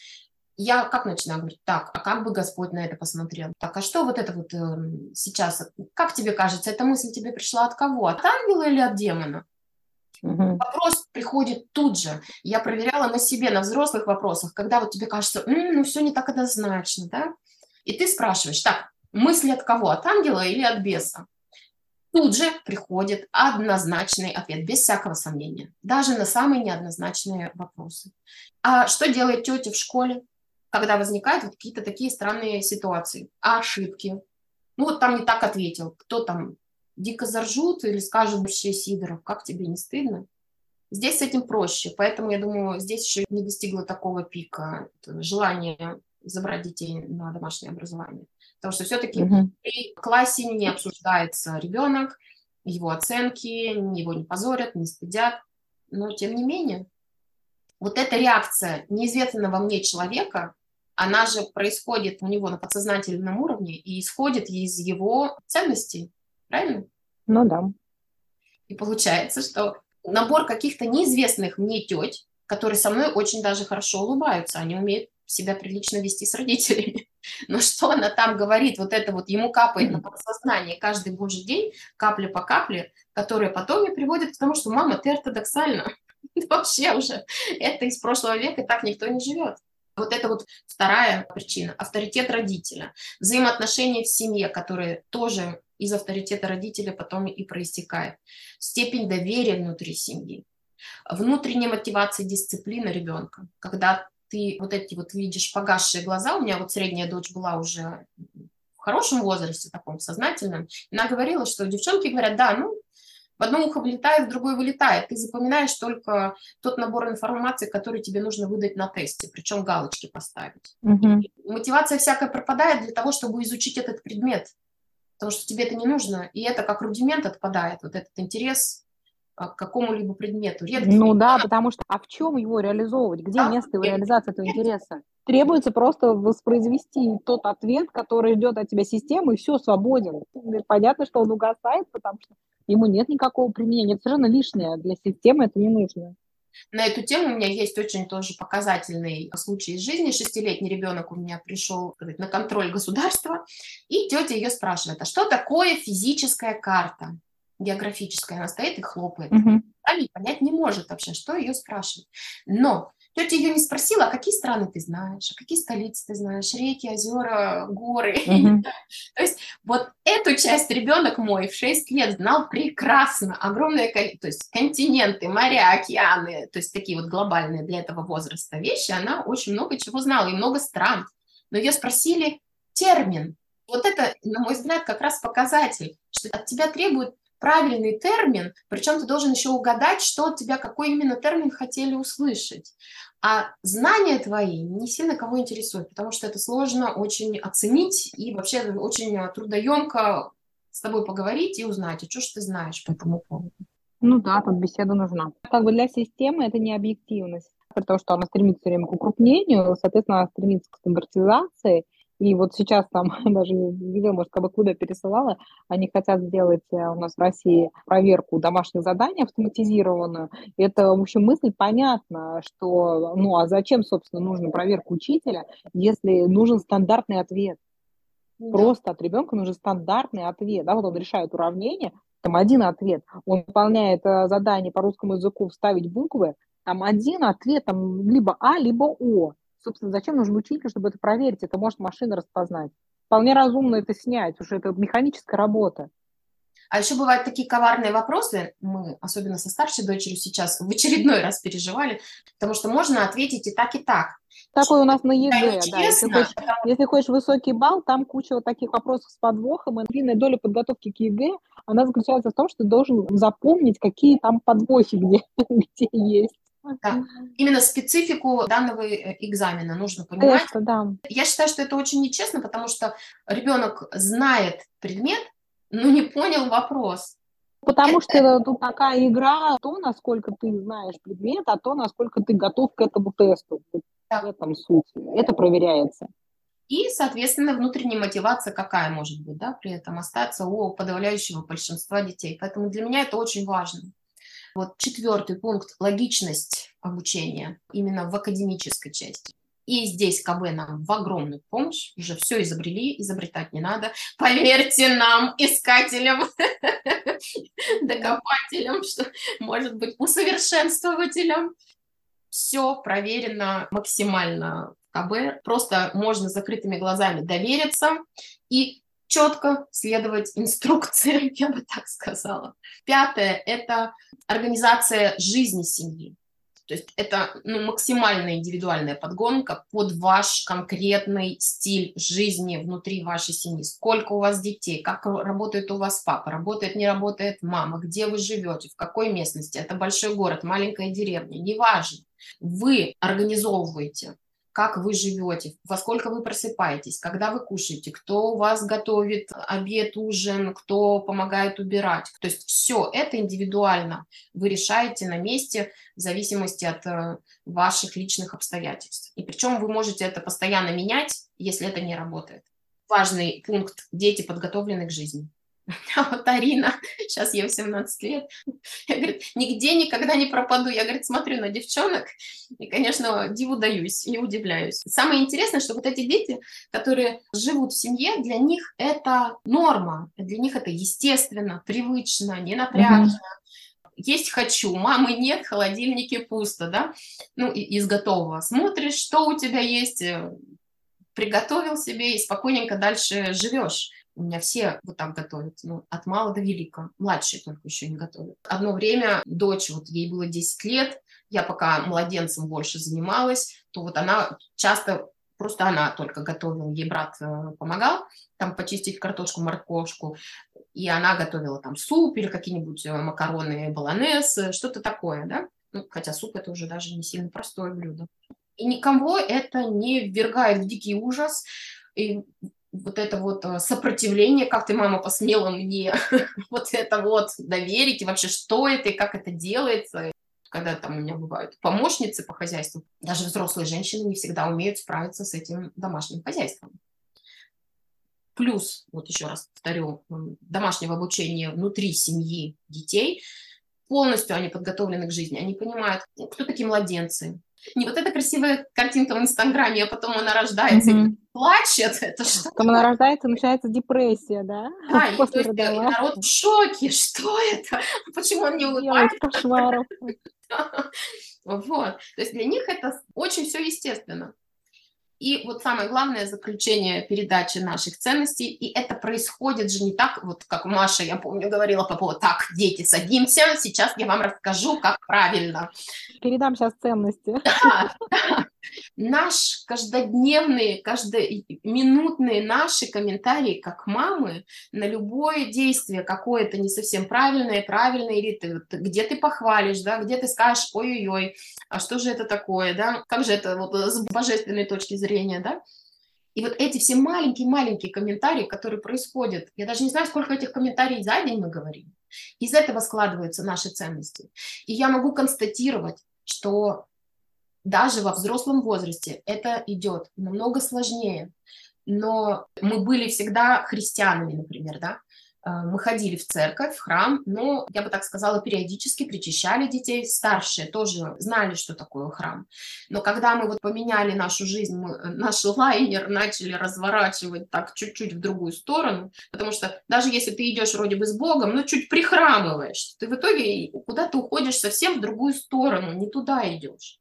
Я как начинаю говорить, так, а как бы Господь на это посмотрел? Так, а что вот это вот э, сейчас, как тебе кажется, эта мысль тебе пришла от кого? От ангела или от демона? Uh-huh. Вопрос приходит тут же. Я проверяла на себе, на взрослых вопросах, когда вот тебе кажется, м-м, ну все не так однозначно, да? И ты спрашиваешь, так, мысли от кого? От ангела или от беса? Тут же приходит однозначный ответ, без всякого сомнения, даже на самые неоднозначные вопросы. А что делает тетя в школе, когда возникают вот какие-то такие странные ситуации, ошибки? Ну вот там не так ответил, кто там дико заржут или скажут вообще Сидоров, как тебе не стыдно? Здесь с этим проще, поэтому я думаю, здесь еще не достигло такого пика желания забрать детей на домашнее образование. Потому что все-таки uh-huh. при классе не обсуждается ребенок, его оценки, его не позорят, не стыдят. но тем не менее. Вот эта реакция неизвестного мне человека, она же происходит у него на подсознательном уровне и исходит из его ценностей, правильно? Ну да. И получается, что набор каких-то неизвестных мне теть, которые со мной очень даже хорошо улыбаются, они умеют себя прилично вести с родителями. Но что она там говорит, вот это вот ему капает на подсознание каждый божий день, капля по капле, которые потом и приводят к тому, что мама, ты ортодоксальна. Вообще уже это из прошлого века, так никто не живет. Вот это вот вторая причина. Авторитет родителя. Взаимоотношения в семье, которые тоже из авторитета родителя потом и проистекает. Степень доверия внутри семьи. Внутренняя мотивация, дисциплина ребенка. Когда ты вот эти вот видишь погасшие глаза, у меня вот средняя дочь была уже в хорошем возрасте, таком сознательном, она говорила, что девчонки говорят, да, ну, в одно ухо вылетает, в другое вылетает. Ты запоминаешь только тот набор информации, который тебе нужно выдать на тесте, причем галочки поставить. Угу. Мотивация всякая пропадает для того, чтобы изучить этот предмет, потому что тебе это не нужно, и это как рудимент отпадает, вот этот интерес к какому-либо предмету. Редкий Ну ребенок. да, потому что, а в чем его реализовывать? Где Да, место его нет, реализации этого нет. интереса? Требуется просто воспроизвести тот ответ, который ждет от тебя система, и все, свободен. Понятно, что он угасает, потому что ему нет никакого применения. Это совершенно лишнее. Для системы это не нужно. На эту тему у меня есть очень тоже показательный случай из жизни. Шестилетний ребенок у меня пришел сказать, на контроль государства, и тетя ее спрашивает, а что такое физическая карта? Географическая. Она стоит и хлопает. Угу. Сами понять не может вообще, что ее спрашивают. Но тетя ее не спросила, а какие страны ты знаешь, а какие столицы ты знаешь, реки, озера, горы. Угу. То есть вот эту часть ребенок мой в шесть лет знал прекрасно. Огромные, то есть континенты, моря, океаны, то есть такие вот глобальные для этого возраста вещи, она очень много чего знала и много стран. Но ее спросили термин. Вот это, на мой взгляд, как раз показатель, что от тебя требуют правильный термин, причем ты должен еще угадать, что от тебя, какой именно термин хотели услышать. А знания твои не сильно кого интересуют, потому что это сложно очень оценить и вообще очень трудоемко с тобой поговорить и узнать, а что ж ты знаешь по этому поводу. Ну да, тут беседа нужна. Как бы для системы это не объективность, потому что она стремится все время к укрупнению, соответственно, она стремится к стандартизации. И вот сейчас там даже, не знаю, может, как бы пересылала, они хотят сделать у нас в России проверку домашних заданий автоматизированную. Это, в общем, мысль понятна, что, ну, а зачем, собственно, нужна проверка учителя, если нужен стандартный ответ? Да. Просто от ребенка нужен стандартный ответ. Да? Вот он решает уравнение, там один ответ, он выполняет задание по русскому языку вставить буквы, там один ответ, там либо А, либо О. Собственно, зачем нужен учитель, чтобы это проверить? Это может машина распознать. Вполне разумно это снять, потому что это механическая работа. А еще бывают такие коварные вопросы, мы, особенно со старшей дочерью сейчас, в очередной раз переживали, потому что можно ответить и так, и так. Такой у нас на ЕГЭ, да. да. Если хочешь, если хочешь высокий балл, там куча вот таких вопросов с подвохом, и длинная доля подготовки к ЕГЭ, она заключается в том, что ты должен запомнить, какие там подвохи где, где есть. Да. Именно специфику данного экзамена нужно понимать. Теста, да. Я считаю, что это очень нечестно, потому что ребенок знает предмет, но не понял вопрос. Потому это... что тут такая игра, то, насколько ты знаешь предмет, а то, насколько ты готов к этому тесту. Да. В этом суть. Это проверяется. И, соответственно, внутренняя мотивация какая может быть, да, при этом остаться у подавляющего большинства детей. Поэтому для меня это очень важно. Вот четвертый пункт – логичность обучения именно в академической части. И здесь КБ нам в огромную помощь. Уже все изобрели, изобретать не надо. Поверьте нам, искателям, докопателям, что, может быть, усовершенствователям. Все проверено максимально в КБ. Просто можно с закрытыми глазами довериться и четко следовать инструкциям, я бы так сказала. Пятое – это организация жизни семьи. То есть это ну, максимально индивидуальная подгонка под ваш конкретный стиль жизни внутри вашей семьи. Сколько у вас детей, как работает у вас папа, работает, не работает мама, где вы живете, в какой местности. Это большой город, маленькая деревня, неважно. Вы организовываете как вы живете, во сколько вы просыпаетесь, когда вы кушаете, кто у вас готовит обед, ужин, кто помогает убирать. То есть все это индивидуально вы решаете на месте в зависимости от э, ваших личных обстоятельств. И причем вы можете это постоянно менять, если это не работает. Важный пункт: дети подготовлены к жизни. А вот Арина, сейчас ей семнадцать лет, я, говорит, нигде никогда не пропаду. Я, говорит, смотрю на девчонок и, конечно, диву даюсь и удивляюсь. Самое интересное, что вот эти дети, которые живут в семье, для них это норма, для них это естественно, привычно, не напряжно. Mm-hmm. Есть хочу, мамы нет, в холодильнике пусто, да? Ну, из готового. Смотришь, что у тебя есть, приготовил себе и спокойненько дальше живешь. У меня все вот так готовят, ну, от мала до велика. Младшие только еще не готовят. Одно время дочь, вот ей было десять лет, я пока младенцем больше занималась, то вот она часто, просто она только готовила, ей брат помогал там почистить картошку, морковку, и она готовила там суп или какие-нибудь макароны болонез, что-то такое, да? Ну, хотя суп это уже даже не сильно простое блюдо. И никого это не ввергает в дикий ужас, и вот это вот сопротивление, как ты, мама, посмела мне вот это вот доверить, и вообще что это, и как это делается. Когда там у меня бывают помощницы по хозяйству, даже взрослые женщины не всегда умеют справиться с этим домашним хозяйством. Плюс, вот еще раз повторю, домашнего обучения внутри семьи детей, полностью они подготовлены к жизни, они понимают, кто такие младенцы. Не вот эта красивая картинка в Инстаграме, а потом она рождается mm-hmm. и плачет. Это что? Потом она рождается, и начинается депрессия, да? Да, и, то есть, и народ в шоке. Что это? Почему он не улыбается? Кошмаров. Вот. То есть для них это очень все естественно. И вот самое главное заключение передачи наших ценностей, и это происходит же не так, вот как Маша, я помню, говорила по поводу, так, дети, садимся, сейчас я вам расскажу, как правильно. Передам сейчас ценности. Да, да. Наш каждодневный, каждоминутные наши комментарии, как мамы, на любое действие какое-то не совсем правильное, правильное, или ты, где ты похвалишь, да, где ты скажешь, ой-ой-ой, а что же это такое, да, как же это вот с божественной точки зрения, да. И вот эти все маленькие-маленькие комментарии, которые происходят, я даже не знаю, сколько этих комментариев за день мы говорим, из этого складываются наши ценности. И я могу констатировать, что даже во взрослом возрасте это идет намного сложнее. Но мы были всегда христианами, например, да. Мы ходили в церковь, в храм, но, я бы так сказала, периодически причащали детей. Старшие тоже знали, что такое храм. Но когда мы вот поменяли нашу жизнь, мы, наш лайнер начали разворачивать так чуть-чуть в другую сторону, потому что даже если ты идешь вроде бы с Богом, но чуть прихрамываешь, ты в итоге куда-то уходишь совсем в другую сторону, не туда идешь.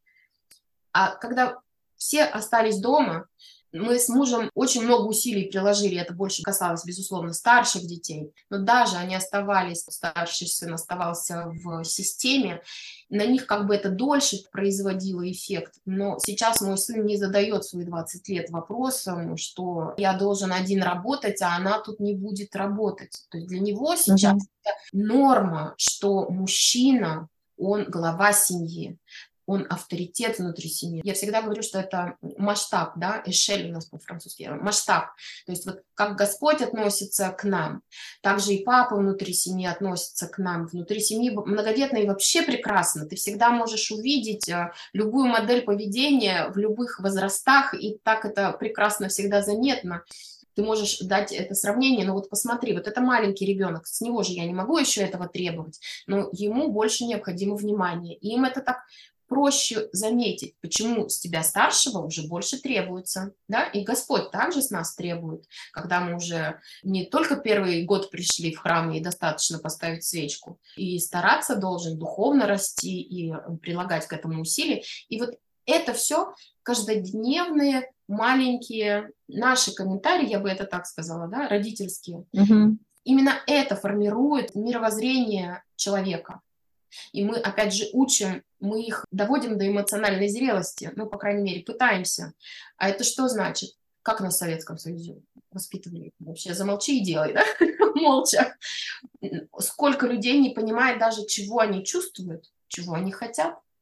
А когда все остались дома, мы с мужем очень много усилий приложили, это больше касалось, безусловно, старших детей, но даже они оставались, старший сын оставался в системе, на них как бы это дольше производило эффект, но сейчас мой сын не задает в свои двадцать лет вопросом, что я должен один работать, а она тут не будет работать. То есть для него сейчас uh-huh. это норма, что мужчина, он глава семьи. Он авторитет внутри семьи. Я всегда говорю, что это масштаб, да, эшель у нас по-французски, масштаб. То есть вот как Господь относится к нам, так же и папа внутри семьи относится к нам. Внутри семьи многодетной вообще прекрасно. Ты всегда можешь увидеть любую модель поведения в любых возрастах, и так это прекрасно всегда заметно. Ты можешь дать это сравнение, но вот посмотри, вот это маленький ребенок, с него же я не могу еще этого требовать, но ему больше необходимо внимание. И им это так проще заметить, почему с тебя старшего уже больше требуется, да, и Господь также с нас требует, когда мы уже не только первый год пришли в храм и достаточно поставить свечку, и стараться должен духовно расти и прилагать к этому усилия, и вот это все каждодневные маленькие наши комментарии, я бы это так сказала, да, родительские, угу. Именно это формирует мировоззрение человека. И мы, опять же, учим, мы их доводим до эмоциональной зрелости, ну, по крайней мере, пытаемся. А это что значит? Как нас в Советском Союзе воспитывали? Вообще замолчи и делай, да? Молча. Сколько людей не понимает даже, чего они чувствуют, чего они хотят.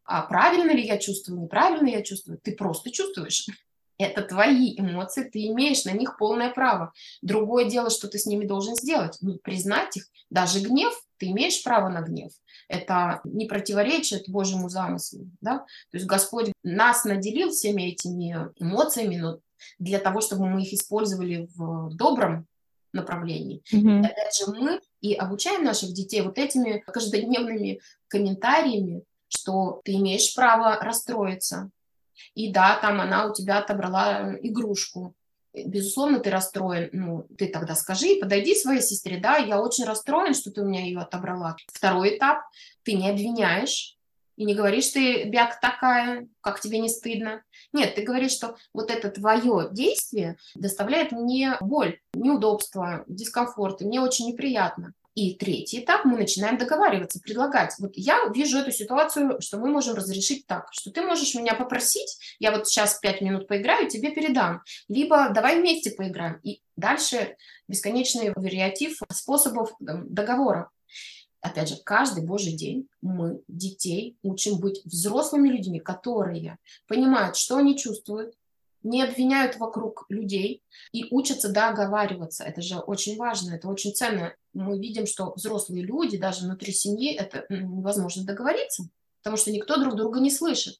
А правильно ли я чувствую, неправильно я чувствую, ты просто чувствуешь. Это твои эмоции, ты имеешь на них полное право. Другое дело, что ты с ними должен сделать, ну, признать их. Даже гнев, ты имеешь право на гнев. Это не противоречит Божьему замыслу. Да? То есть Господь нас наделил всеми этими эмоциями, но для того, чтобы мы их использовали в добром направлении. Мгм. И опять же, мы и обучаем наших детей вот этими каждодневными комментариями, что ты имеешь право расстроиться. И да, там она у тебя отобрала игрушку. Безусловно, ты расстроен. Ну, ты тогда скажи, подойди своей сестре, да, я очень расстроен, что ты у меня ее отобрала. Второй этап, ты не обвиняешь и не говоришь, ты бяк такая, как тебе не стыдно. Нет, ты говоришь, что вот это твое действие доставляет мне боль, неудобство, дискомфорт, и мне очень неприятно. И третий этап, мы начинаем договариваться, предлагать. Вот я вижу эту ситуацию, что мы можем разрешить так, что ты можешь меня попросить, я вот сейчас пять минут поиграю, тебе передам. Либо давай вместе поиграем. И дальше бесконечный вариатив способов договора. Опять же, каждый божий день мы детей учим быть взрослыми людьми, которые понимают, что они чувствуют, не обвиняют вокруг людей и учатся договариваться. Это же очень важно, это очень ценно. Мы видим, что взрослые люди, даже внутри семьи, это невозможно договориться, потому что никто друг друга не слышит.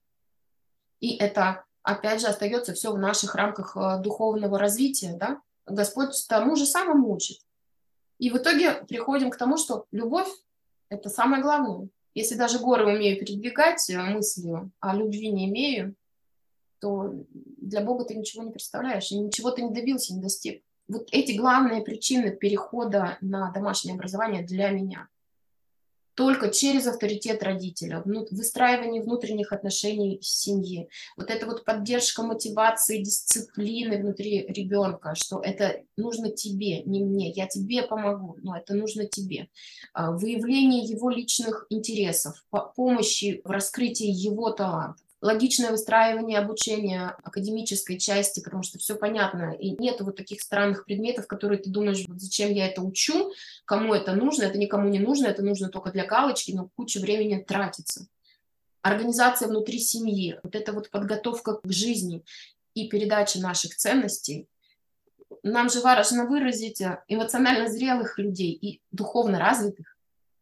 И это, опять же, остается все в наших рамках духовного развития. Да? Господь тому же самому учит. И в итоге приходим к тому, что любовь – это самое главное. Если даже горы умею передвигать мыслью, а любви не имею, то для Бога ты ничего не представляешь, и ничего ты не добился, не достиг. Вот эти главные причины перехода на домашнее образование для меня. Только через авторитет родителя, выстраивание внутренних отношений в семье, вот эта вот поддержка мотивации, дисциплины внутри ребенка, что это нужно тебе, не мне, я тебе помогу, но это нужно тебе. Выявление его личных интересов, помощи в раскрытии его талантов. Логичное выстраивание обучения академической части, потому что все понятно, и нет вот таких странных предметов, которые ты думаешь, зачем я это учу, кому это нужно, это никому не нужно, это нужно только для галочки, но куча времени тратится. Организация внутри семьи, вот эта вот подготовка к жизни и передача наших ценностей. Нам же важно выразить эмоционально зрелых людей и духовно развитых.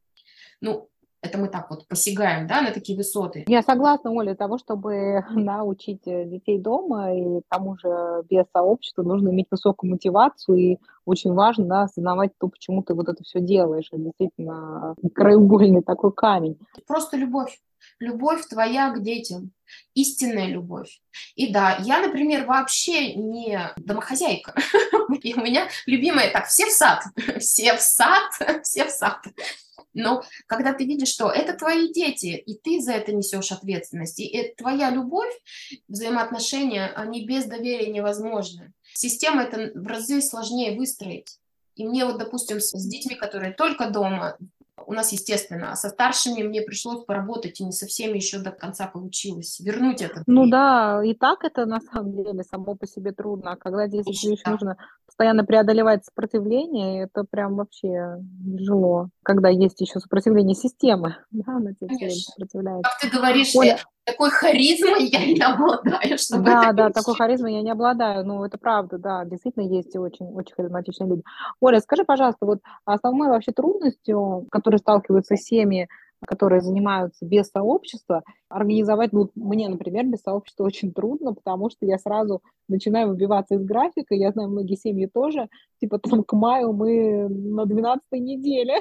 Ну, это мы так вот посягаем, да, на такие высоты. Я согласна, Оля, для того, чтобы научить детей дома, и к тому же без сообщества нужно иметь высокую мотивацию, и очень важно, да, осознавать то, почему ты вот это все делаешь. Это действительно краеугольный такой камень. Просто любовь. Любовь твоя к детям. Истинная любовь. И да, я, например, вообще не домохозяйка. И у меня любимая так, все в сад. Все в сад, все в сад. Но когда ты видишь, что это твои дети, и ты за это несешь ответственность, и это твоя любовь, взаимоотношения, они без доверия невозможны. Система это в разы сложнее выстроить. И мне вот, допустим, с, с детьми, которые только дома, у нас, естественно, а со старшими мне пришлось поработать, и не со всеми еще до конца получилось вернуть этот Ну доверие. да, и так это на самом деле само по себе трудно, а когда здесь Очень, еще да. нужно постоянно преодолевать сопротивление, это прям вообще тяжело, когда есть еще сопротивление системы, да, она тебе все время Конечно. сопротивляется. Как ты говоришь, э, Оля, такой харизмой я не обладаю, чтобы это да, да, такой пережить. харизмой я не обладаю, ну, это правда, да, действительно есть и очень очень харизматичные люди. Оля, скажи, пожалуйста, вот основной вообще трудностью, с которой сталкиваются семьи, которые занимаются без сообщества, организовать, ну, мне, например, без сообщества очень трудно, потому что я сразу начинаю выбиваться из графика. Я знаю, многие семьи тоже, типа там к маю мы на двенадцатой неделе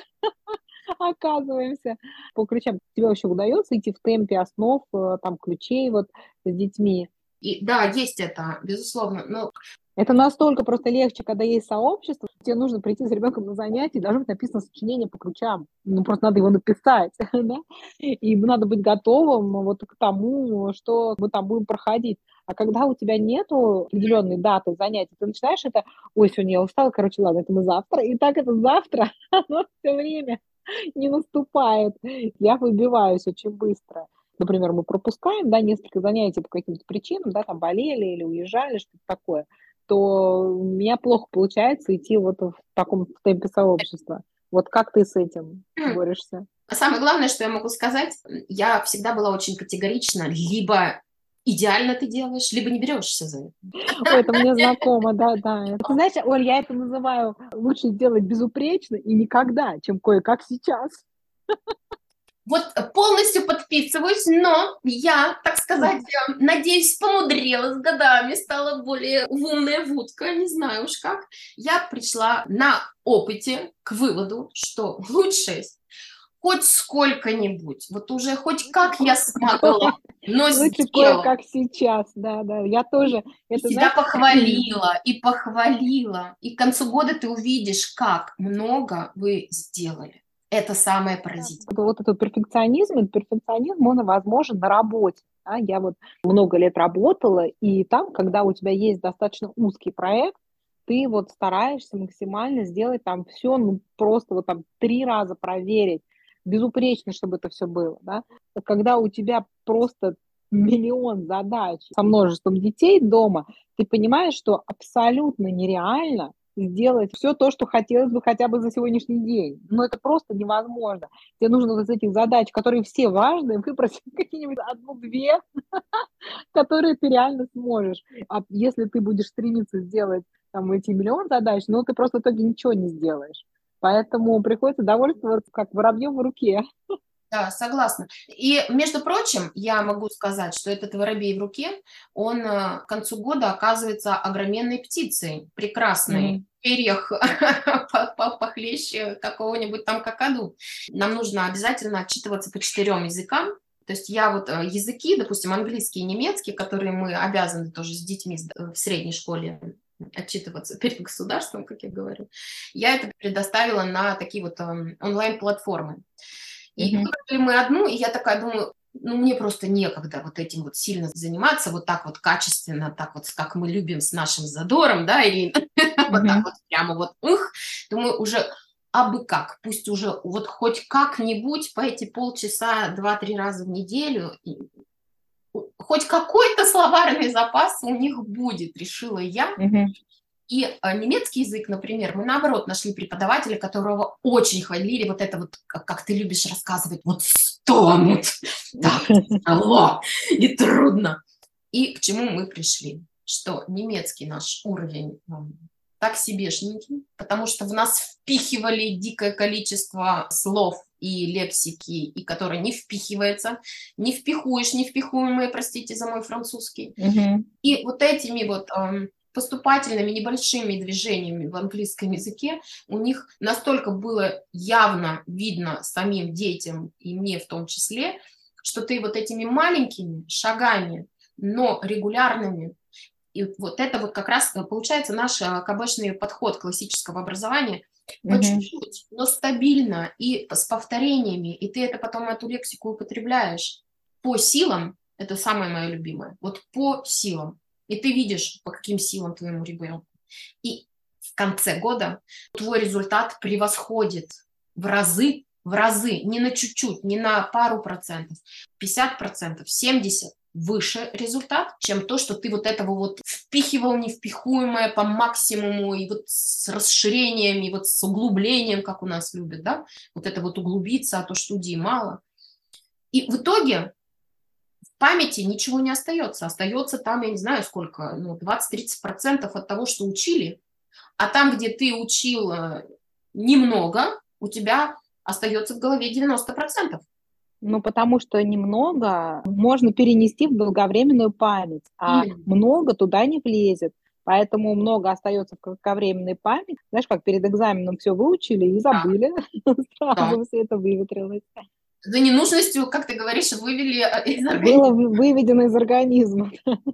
оказываемся по ключам. Тебе вообще удается идти в темпе основ, э, там, ключей вот с детьми? И да, есть это, безусловно. Но Это настолько просто легче, когда есть сообщество. Тебе нужно прийти с ребенком на занятие, и должно быть написано сочинение по ключам. Ну, просто надо его написать, да? И надо быть готовым вот к тому, что мы там будем проходить. А когда у тебя нету определенной даты занятий, ты начинаешь это: "Ой, сегодня я устала, короче, ладно, это мы завтра". И так это завтра, оно все время не наступает. Я выбиваюсь очень быстро. Например, мы пропускаем, да, несколько занятий по каким-то причинам, да, там болели или уезжали, что-то такое, то у меня плохо получается идти вот в таком в темпе сообщества. Вот как ты с этим борешься? А самое главное, что я могу сказать, я всегда была очень категорична, либо идеально ты делаешь, либо не берешься за это. Ой, это мне знакомо, да-да. Ты знаешь, Оль, я это называю лучше сделать безупречно и никогда, чем кое-как сейчас. Вот полностью подписываюсь, но я, так сказать, э, надеюсь, помудрела с годами, стала более умная вудка, не знаю уж как. Я пришла на опыте к выводу, что лучше хоть сколько-нибудь, вот уже хоть Лучше как я ко смогла, но лучше сделала. кое-как сейчас, да-да. Я И, тоже, и это, себя знаешь, похвалила, и похвалила. И к концу года ты увидишь, как много вы сделали. Это самое да, поразительное. вот этот перфекционизм, этот перфекционизм, он возможен на работе. Да. Я вот много лет работала, и там, когда у тебя есть достаточно узкий проект, ты вот стараешься максимально сделать там все, ну, просто вот там три раза проверить, безупречно, чтобы это все было, да. Когда у тебя просто миллион задач со множеством детей дома, ты понимаешь, что абсолютно нереально сделать все то, что хотелось бы хотя бы за сегодняшний день. Но это просто невозможно. Тебе нужно вот из этих задач, которые все важные, выбрать какие-нибудь одну-две, которые ты реально сможешь. А если ты будешь стремиться сделать там эти миллион задач, ну, ты просто в итоге ничего не сделаешь. Поэтому приходится довольствоваться как воробьем в руке. Да, согласна. И, между прочим, я могу сказать, что этот воробей в руке, он э, к концу года оказывается огроменной птицей, прекрасной, Мгм. в перьях по- по- похлеще какого-нибудь там какаду. Нам нужно обязательно отчитываться по четырем языкам. То есть я вот э, языки, допустим, английский и немецкий, которые мы обязаны тоже с детьми в средней школе отчитываться перед государством, как я говорю, я это предоставила на такие вот эм, онлайн-платформы. И Мгм. выбрали мы одну, и я такая думаю, ну, мне просто некогда вот этим вот сильно заниматься, вот так вот качественно, так вот, как мы любим с нашим задором, да, Ирина, вот так Мгм. вот прямо вот, ух, думаю, уже, а бы как, пусть уже вот хоть как-нибудь по эти полчаса два-три раза в неделю, и хоть какой-то словарный запас у них будет, решила я. Мгм. И э, немецкий язык, например, мы наоборот нашли преподавателя, которого очень хвалили, вот это вот, как, как ты любишь рассказывать, вот стонут, так тяжело и трудно. И к чему мы пришли? Что немецкий наш уровень м, так себешненький, потому что в нас впихивали дикое количество слов и лексики, и которое не впихивается, не впихуешь, не впихуемые, простите за мой французский. Мгм. И вот этими вот эм, поступательными небольшими движениями в английском языке у них настолько было явно видно самим детям и мне в том числе, что ты вот этими маленькими шагами, но регулярными, и вот это вот как раз получается наш КБшный подход классического образования, по Мгм. чуть-чуть, но стабильно и с повторениями, и ты это потом эту лексику употребляешь по силам, это самое мое любимое, вот по силам. И ты видишь, по каким силам твоему ребенку. И в конце года твой результат превосходит в разы, в разы, не на чуть-чуть, не на пару процентов, пятьдесят процентов, семьдесят выше результат, чем то, что ты вот этого вот впихивал невпихуемое по максимуму, и вот с расширением, и вот с углублением, как у нас любят, да, вот это вот углубиться, а то студии мало. И в итоге в памяти ничего не остается. Остается там, я не знаю сколько, ну, двадцать-тридцать процентов от того, что учили. А там, где ты учил э, немного, у тебя остается в голове девяносто процентов. Ну, потому что немного можно перенести в долговременную память, а Именно. много туда не влезет. Поэтому много остается в кратковременной памяти. Знаешь, как перед экзаменом все выучили и Да, забыли, да. сразу все это выветрилось. За ненужностью, как ты говоришь, вывели э, из Было организма. вы- выведено из организма.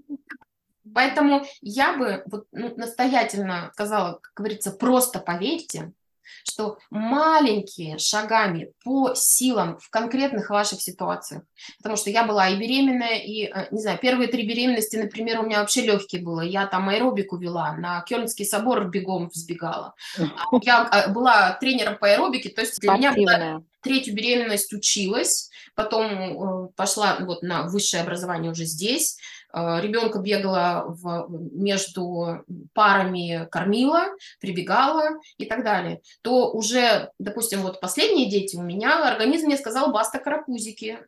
Поэтому я бы вот, ну, настоятельно сказала, как говорится, просто поверьте, что маленькие шагами по силам в конкретных ваших ситуациях, потому что я была и беременная, и, э, не знаю, первые три беременности, например, у меня вообще легкие было. Я там аэробику вела, на Кёльнский собор бегом взбегала. Я э, была тренером по аэробике, то есть для меня была Спортивная. третью беременность училась, потом э, пошла вот на высшее образование уже здесь, ребенка бегала в, между парами, кормила, прибегала и так далее, то уже, допустим, вот последние дети у меня, организм мне сказал: баста, карапузики,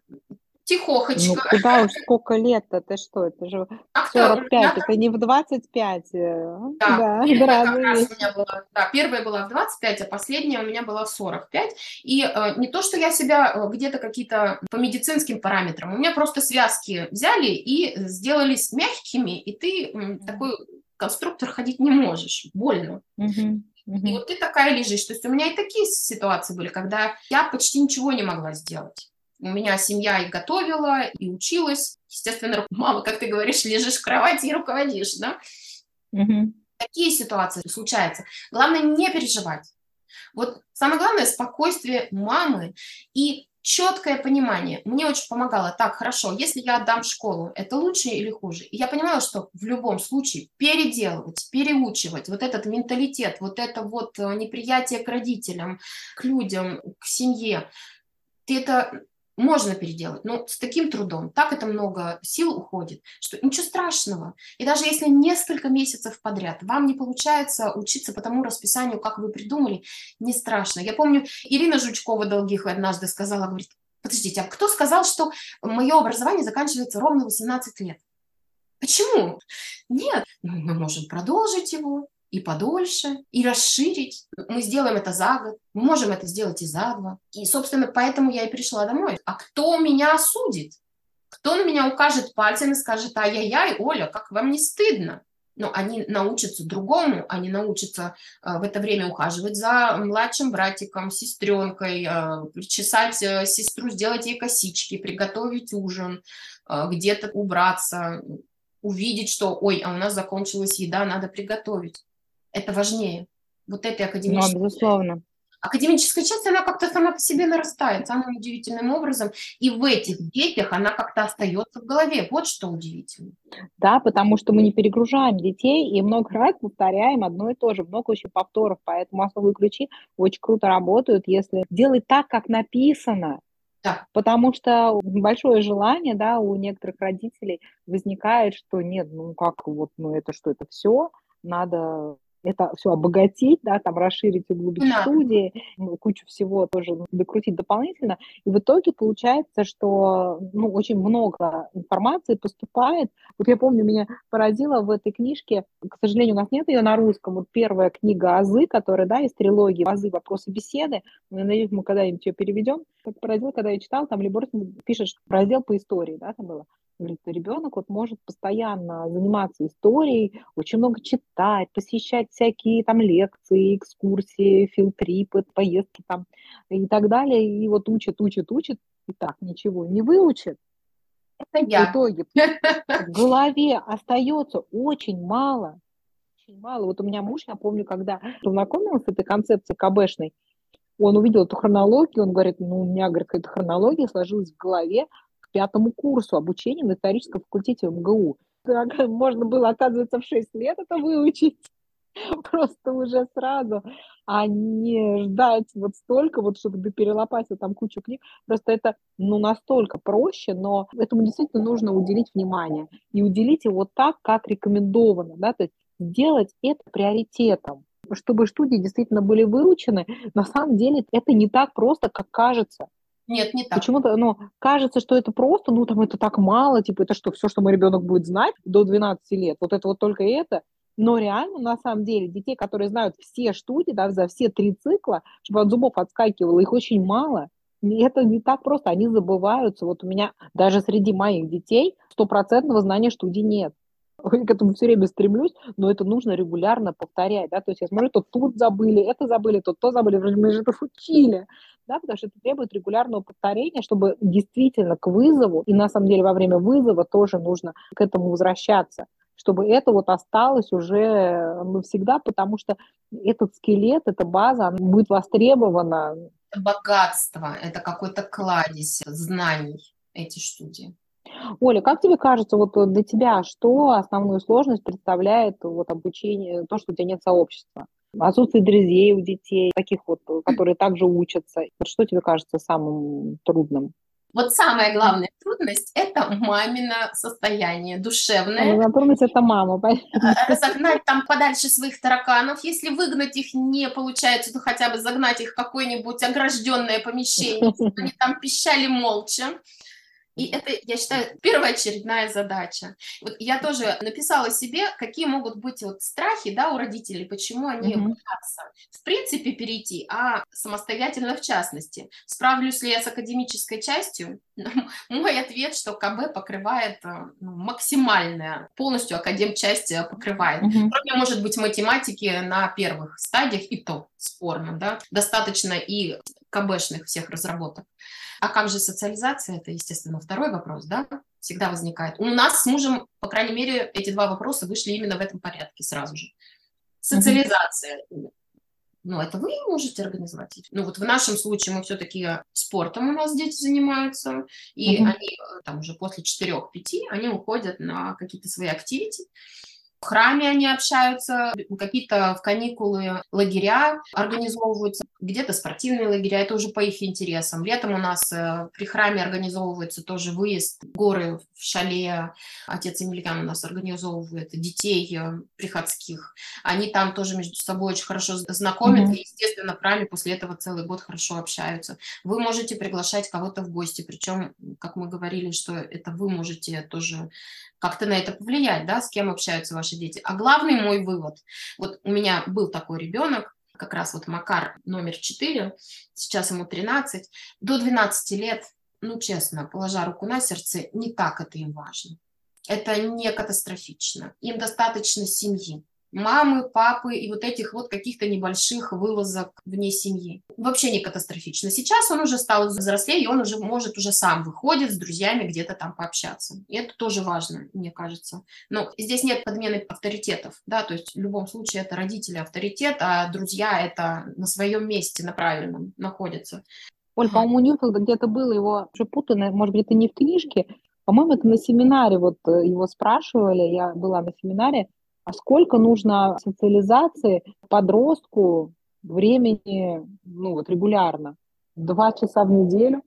Ну, тихохочка. куда уж сколько лет-то, ты что, это же Как-то у сорок пять, меня это не в двадцать пять, э, Да, да, это первая как разные раз у вещи. меня была, да, первая была в двадцать пять, а последняя у меня была в сорок пять. И э, не то, что я себя э, где-то какие-то по медицинским параметрам, у меня просто связки взяли и сделались мягкими, и ты м, Мгм. такой конструктор ходить не можешь, больно. Мгм. И Мгм. вот ты такая лежишь. То есть у меня и такие ситуации были, когда я почти ничего не могла сделать. У меня семья и готовила, и училась. Естественно, мама, как ты говоришь, лежишь в кровати и руководишь, да? Мгм. Такие ситуации случаются. Главное не переживать. Вот самое главное — спокойствие мамы и четкое понимание. Мне очень помогало. Так, хорошо, если я отдам в школу, это лучше или хуже? И я понимала, что в любом случае переделывать, переучивать вот этот менталитет, вот это вот э, неприятие к родителям, к людям, к семье, ты это можно переделать, но с таким трудом, так это много сил уходит, что ничего страшного. И даже если несколько месяцев подряд вам не получается учиться по тому расписанию, как вы придумали, не страшно. Я помню, Ирина Жучкова-Долгих однажды сказала, говорит: подождите, а кто сказал, что мое образование заканчивается ровно в восемнадцать лет? Почему? Нет, ну, мы можем продолжить его и подольше, и расширить. Мы сделаем это за год, мы можем это сделать и за два. И, собственно, поэтому я и пришла домой. А кто меня осудит? Кто на меня укажет пальцем и скажет: ай-яй-яй, Оля, как вам не стыдно? Но они научатся другому, они научатся э, в это время ухаживать за младшим братиком, сестренкой, э, причесать э, сестру, сделать ей косички, приготовить ужин, э, где-то убраться, увидеть, что, ой, а у нас закончилась еда, надо приготовить. Это важнее. Вот этой Ну, академической части. безусловно. Академическая часть, она как-то сама по себе нарастает самым удивительным образом, и в этих детях она как-то остается в голове. Вот что удивительно. Да, потому что мы не перегружаем детей и много раз повторяем одно и то же, много очень повторов, поэтому основные ключи очень круто работают, если делать так, как написано. Да, Потому что большое желание, да, у некоторых родителей возникает, что нет, ну как вот, ну это что, это все, надо это все обогатить, да, там расширить, не углубить надо. студии, ну, кучу всего тоже докрутить дополнительно. И в итоге получается, что, ну, очень много информации поступает. Вот я помню, меня поразило в этой книжке, к сожалению, у нас нет ее на русском, вот первая книга «Азы», которая, да, из трилогии «Азы. Вопросы, беседы», я надеюсь, мы когда-нибудь ее переведем. Как поразило, когда я читала, там Либорский пишет, что раздел по истории, да, там было. Говорит, ребенок вот может постоянно заниматься историей, очень много читать, посещать всякие там лекции, экскурсии, филтрипы, поездки там и так далее. И вот учит, учит, учит, и так ничего не выучит. Это В я. итоге в голове остается очень мало. Очень мало. Вот у меня муж, я помню, когда познакомился с этой концепцией КБшной, он увидел эту хронологию, он говорит, ну, у меня, говорит, какая-то хронология сложилась в голове к пятому курсу обучения на историческом факультете МГУ. Так, можно было, оказывается, в шесть лет это выучить просто уже сразу, а не ждать вот столько, вот чтобы ты перелопатил там кучу книг. Просто это, ну, настолько проще, но этому действительно нужно уделить внимание. И уделить его вот так, как рекомендовано, да, то есть сделать это приоритетом. Чтобы студии действительно были выучены, на самом деле это не так просто, как кажется. Нет, не так. Почему-то, ну, кажется, что это просто, ну, там это так мало, типа, это что, все, что мой ребенок будет знать до двенадцати лет, вот это вот только это. Но реально, на самом деле, детей, которые знают все студии, да, за все три цикла, чтобы от зубов отскакивало, их очень мало. И это не так просто, они забываются. Вот у меня даже среди моих детей стопроцентного знания студий нет. Я к этому все время стремлюсь, но это нужно регулярно повторять, да, то есть я смотрю, то тут забыли, это забыли, то то забыли, вроде мы же это учили, да, потому что это требует регулярного повторения, чтобы действительно к вызову, и на самом деле во время вызова тоже нужно к этому возвращаться, чтобы это вот осталось уже навсегда, потому что этот скелет, эта база, она будет востребована. Это богатство, это какой-то кладезь знаний, эти студии. Оля, как тебе кажется, вот для тебя что основную сложность представляет вот обучение, то, что у тебя нет сообщества? Отсутствие друзей у детей, таких вот, которые также учатся. Вот что тебе кажется самым трудным? Вот самая главная трудность – это мамино состояние душевное. Самая трудность – это мама, понятно. Разогнать там подальше своих тараканов. Если выгнать их не получается, то хотя бы загнать их в какое-нибудь огражденное помещение, чтобы они там пищали молча. И это, я считаю, первоочередная задача. Вот я тоже написала себе, какие могут быть вот страхи, да, у родителей, почему они Мгм. боятся в принципе перейти, а самостоятельно в частности. Справлюсь ли я с академической частью? Мой ответ, что КБ покрывает э, ну, максимально, полностью академчасть э, покрывает. Мгм. Кроме, может быть, математики на первых стадиях, и то спорно, да, достаточно и КБшных всех разработок. А как же социализация? Это, естественно, второй вопрос, да, всегда возникает. У нас с мужем, по крайней мере, эти два вопроса вышли именно в этом порядке сразу же. Социализация. Ну, это вы можете организовать. Ну, вот в нашем случае мы все-таки спортом у нас дети занимаются, и Мгм. они там уже после четырех-пяти, они уходят на какие-то свои активити. В храме они общаются, какие-то в каникулы лагеря организовываются, где-то спортивные лагеря, это уже по их интересам. Летом у нас э, при храме организовывается тоже выезд в горы, в шале. Отец Емельян у нас организовывает детей э, приходских. Они там тоже между собой очень хорошо знакомятся, Мгм. и, естественно, в храме после этого целый год хорошо общаются. Вы можете приглашать кого-то в гости, причем, как мы говорили, что это вы можете тоже как-то на это повлиять, да, с кем общаются ваши дети. А главный мой вывод, вот у меня был такой ребенок, как раз вот Макар номер четыре, сейчас ему тринадцать, до двенадцати лет, ну, честно, положа руку на сердце, не так это им важно. Это не катастрофично. Им достаточно семьи. Мамы, папы и вот этих вот каких-то небольших вылазок вне семьи. Вообще не катастрофично. Сейчас он уже стал взрослее, и он уже может, уже сам выходит с друзьями где-то там пообщаться. И это тоже важно, мне кажется. Но здесь нет подмены авторитетов, да, то есть в любом случае это родители авторитет, а друзья это на своем месте, на правильном находятся. Оль, по-моему, у Ньютона где-то было, его уже путано, может быть, это не в книжке, по-моему, это на семинаре, вот э, его спрашивали, я была на семинаре, а сколько нужно социализации подростку времени, ну вот регулярно? Два часа в неделю?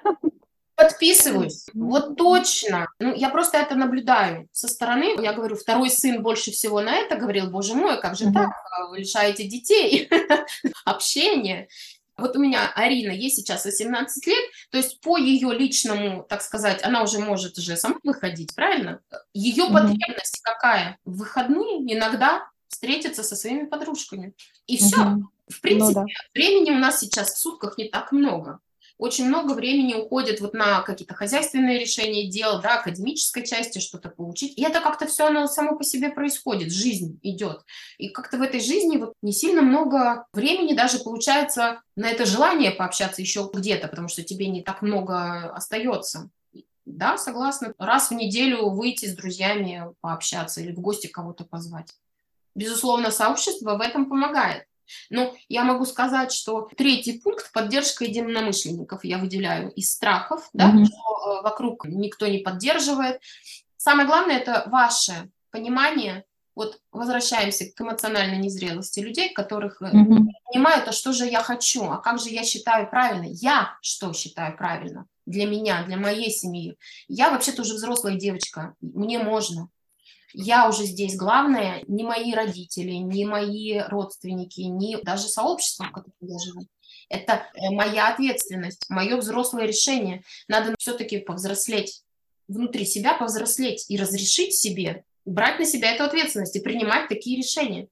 Подписываюсь. Вот точно. Ну, я просто это наблюдаю со стороны. Я говорю, второй сын больше всего на это говорил, боже мой, как же так? Мгм. Вы лишаете детей общения. Вот у меня Арина, ей сейчас восемнадцать лет, то есть по ее личному, так сказать, она уже может уже сама выходить, правильно? Ее Мгм. потребность какая? В выходные иногда встретиться со своими подружками. И все. Мгм. В Ну принципе, да. времени у нас сейчас в сутках не так много. Очень много времени уходит вот на какие-то хозяйственные решения дел, да, академической части что-то получить. И это как-то все оно само по себе происходит, жизнь идет. И как-то в этой жизни вот не сильно много времени даже получается на это желание пообщаться еще где-то, потому что тебе не так много остается. Да, согласна. Раз в неделю выйти с друзьями пообщаться или в гости кого-то позвать. Безусловно, сообщество в этом помогает. Но я могу сказать, что третий пункт – поддержка единомышленников я выделяю из страхов, да, Мгм. что вокруг никто не поддерживает. Самое главное – это ваше понимание. Вот возвращаемся к эмоциональной незрелости людей, которых не Мгм. понимают, а что же я хочу, а как же я считаю правильно, я что считаю правильно для меня, для моей семьи. Я вообще-то уже взрослая девочка, мне можно. Я уже здесь главное, не мои родители, не мои родственники, не даже сообщество, в котором я живу. Это моя ответственность, мое взрослое решение. Надо все-таки повзрослеть, внутри себя повзрослеть и разрешить себе брать на себя эту ответственность и принимать такие решения.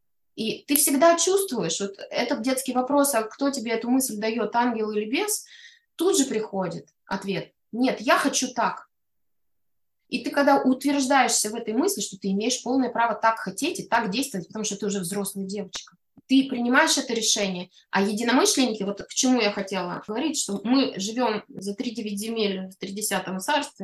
И ты всегда чувствуешь, вот этот детский вопрос, а кто тебе эту мысль дает, ангел или бес, тут же приходит ответ. Нет, я хочу так. И ты когда утверждаешься в этой мысли, что ты имеешь полное право так хотеть и так действовать, потому что ты уже взрослая девочка, ты принимаешь это решение. А единомышленники, вот к чему я хотела говорить, что мы живем за три девять земель в тридесятом царстве,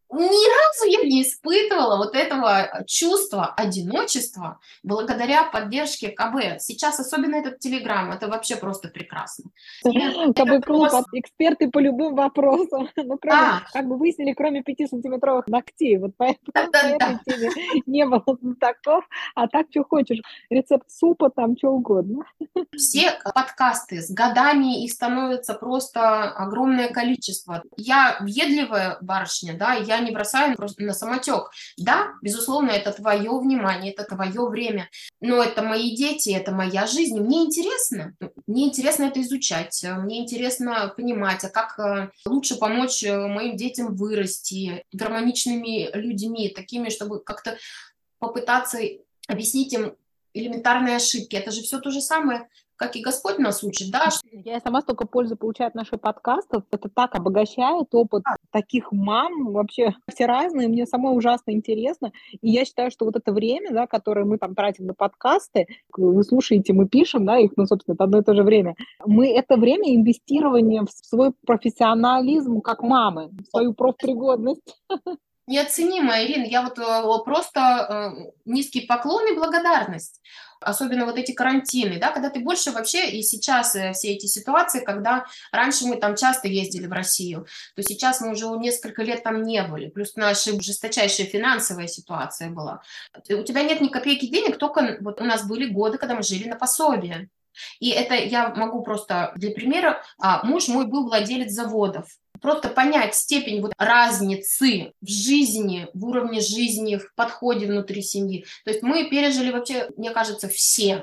Ни разу я не испытывала вот этого чувства одиночества благодаря поддержке КБ. Сейчас особенно этот Телеграм, это вообще просто прекрасно. КБ-клуб, эксперты по любым вопросам. Ну, кроме, Да, как бы выяснили, кроме пятисантиметровых ногтей. Вот по, да, по да, этой да. теме не было знатоков. А так, что хочешь. Рецепт супа, там, что угодно. Все подкасты, с годами их становится просто огромное количество. Я въедливая барышня, да, я не бросаю просто на самотек. Да, безусловно, это твое внимание, это твое время, но это мои дети, это моя жизнь. Мне интересно, мне интересно это изучать, мне интересно понимать, а как э, лучше помочь э, моим детям вырасти гармоничными людьми, такими, чтобы как-то попытаться объяснить им элементарные ошибки. Это же все то же самое, как и Господь нас учит, да? Я сама столько пользы получаю от наших подкастов. Это так обогащает опыт таких мам. Вообще все разные. Мне самой ужасно интересно. И я считаю, что вот это время, да, которое мы там тратим на подкасты, вы слушаете, мы пишем, да, их, ну, собственно, это одно и то же время. Мы это время инвестирования в свой профессионализм как мамы, в свою профпригодность. Неоценимо, Ирина. Я вот э, просто э, низкий поклон и благодарность. Особенно вот эти карантины, да, когда ты больше вообще, и сейчас э, все эти ситуации, когда раньше мы там часто ездили в Россию, то сейчас мы уже несколько лет там не были. Плюс наша жесточайшая финансовая ситуация была. У тебя нет ни копейки денег, только вот у нас были годы, когда мы жили на пособие. И это я могу просто для примера, а, муж мой был владелец заводов. Просто понять степень вот разницы в жизни, в уровне жизни, в подходе внутри семьи. То есть мы пережили вообще, мне кажется, все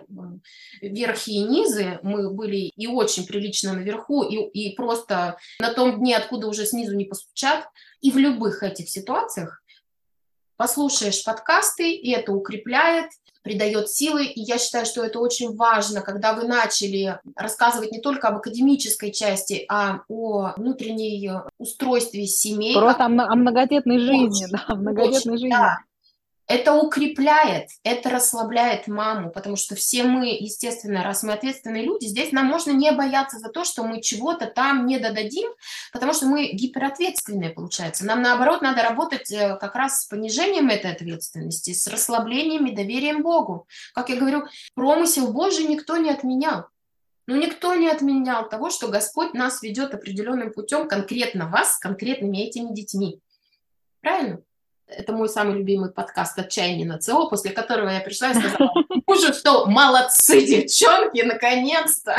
верхи и низы. Мы были и очень прилично наверху, и, и просто на том дне, откуда уже снизу не постучат. И в любых этих ситуациях послушаешь подкасты, и это укрепляет, придает силы, и я считаю, что это очень важно, когда вы начали рассказывать не только об академической части, а о внутренней устройстве семей. Просто о, о многодетной жизни, Очень, да, о многодетной очень, жизни. да. Это укрепляет, это расслабляет маму, потому что все мы, естественно, раз мы ответственные люди, здесь нам можно не бояться за то, что мы чего-то там не додадим, потому что мы гиперответственные, получается. Нам, наоборот, надо работать как раз с понижением этой ответственности, с расслаблением и доверием Богу. Как я говорю, промысел Божий никто не отменял. Но никто не отменял того, что Господь нас ведет определенным путем, конкретно вас, с конкретными этими детьми. Правильно? Это мой самый любимый подкаст «Отчаяние на ЦО», после которого я пришла и сказала мужу, что молодцы, девчонки, наконец-то.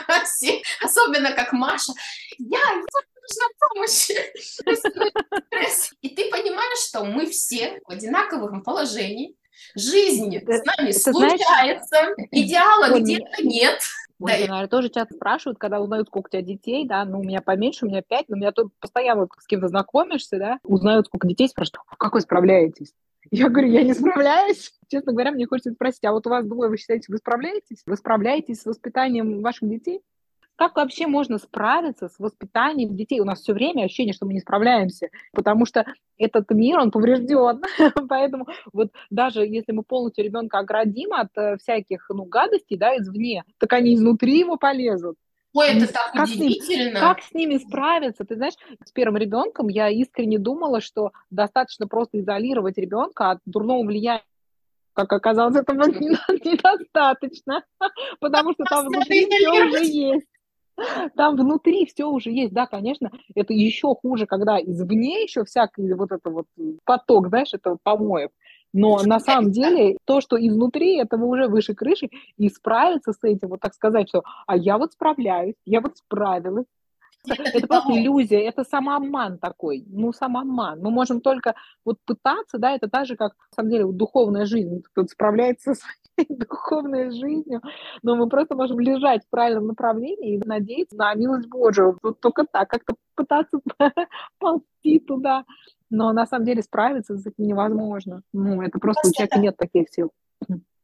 Особенно как Маша. Я, я нужна помощь. И ты понимаешь, что мы все в одинаковом положении. Жизнь с нами случается. Идеала где-то нет. Ой, да, наверное, тоже часто спрашивают, когда узнают, сколько у тебя детей, да, ну, у меня поменьше, у меня пять, но меня тут постоянно с кем-то знакомишься, да, узнают, сколько детей, спрашивают, как вы справляетесь? Я говорю, я не справляюсь. Честно говоря, мне хочется спросить, а вот у вас двое, вы считаете, вы справляетесь? Вы справляетесь с воспитанием ваших детей? Как вообще можно справиться с воспитанием детей? У нас все время ощущение, что мы не справляемся, потому что этот мир, он поврежден. Поэтому вот даже если мы полностью ребенка оградим от всяких, ну, гадостей, да, извне, так они изнутри его полезут. Ой, это так как удивительно. С ним, как с ними справиться? Ты знаешь, с первым ребенком я искренне думала, что достаточно просто изолировать ребенка от дурного влияния. Как оказалось, этого недостаточно, потому что там внутри все уже есть. Там внутри все уже есть, да, конечно, это еще хуже, когда извне еще всякий вот это вот поток, знаешь, это помоев. Но на самом деле то, что изнутри, этого уже выше крыши, и справиться с этим, вот так сказать, что «а я вот справляюсь, я вот справилась». Это просто иллюзия, это самообман такой, ну, самообман. Мы можем только вот пытаться, да, это так же, как, на самом деле, духовная жизнь, кто-то справляется с духовной жизнью, но мы просто можем лежать в правильном направлении и надеяться на милость Божию. Вот только так, как-то пытаться ползти туда. Но на самом деле справиться с этим невозможно. Ну, это просто у человека нет таких сил.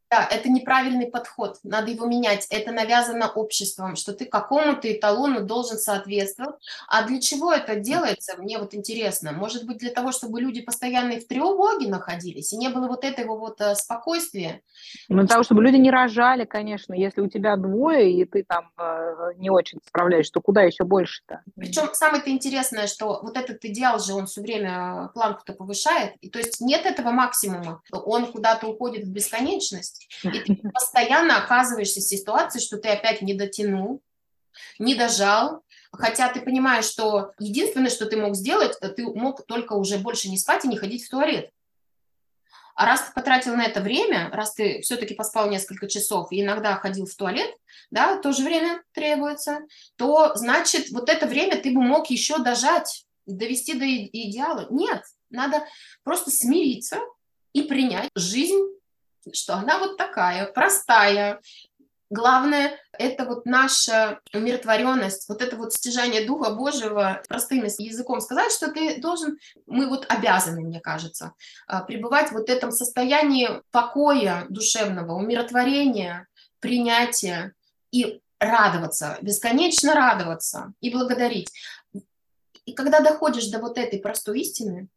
Да, это неправильный подход, надо его менять. Это навязано обществом, что ты какому-то эталону должен соответствовать. А для чего это делается, мне вот интересно. Может быть, для того, чтобы люди постоянно в тревоге находились, и не было вот этого вот э, спокойствия. Ну, для того, чтобы люди не рожали, конечно. Если у тебя двое, и ты там э, не очень справляешься, то куда еще больше-то? Причем самое-то интересное, что вот этот идеал же, он все время планку-то повышает, и то есть нет этого максимума, он куда-то уходит в бесконечность, и ты постоянно оказываешься в ситуации, что ты опять не дотянул, не дожал, хотя ты понимаешь, что единственное, что ты мог сделать, ты мог только уже больше не спать и не ходить в туалет. А раз ты потратил на это время, раз ты все-таки поспал несколько часов и иногда ходил в туалет, да, тоже время требуется, то, значит, вот это время ты бы мог еще дожать, довести до идеала. Нет, надо просто смириться и принять жизнь, что она вот такая, простая. Главное, это вот наша умиротворенность, вот это вот стяжание Духа Божьего, простым языком сказать, что ты должен, мы вот обязаны, мне кажется, пребывать вот в этом состоянии покоя душевного, умиротворения, принятия и радоваться, бесконечно радоваться и благодарить. И когда доходишь до вот этой простой истины,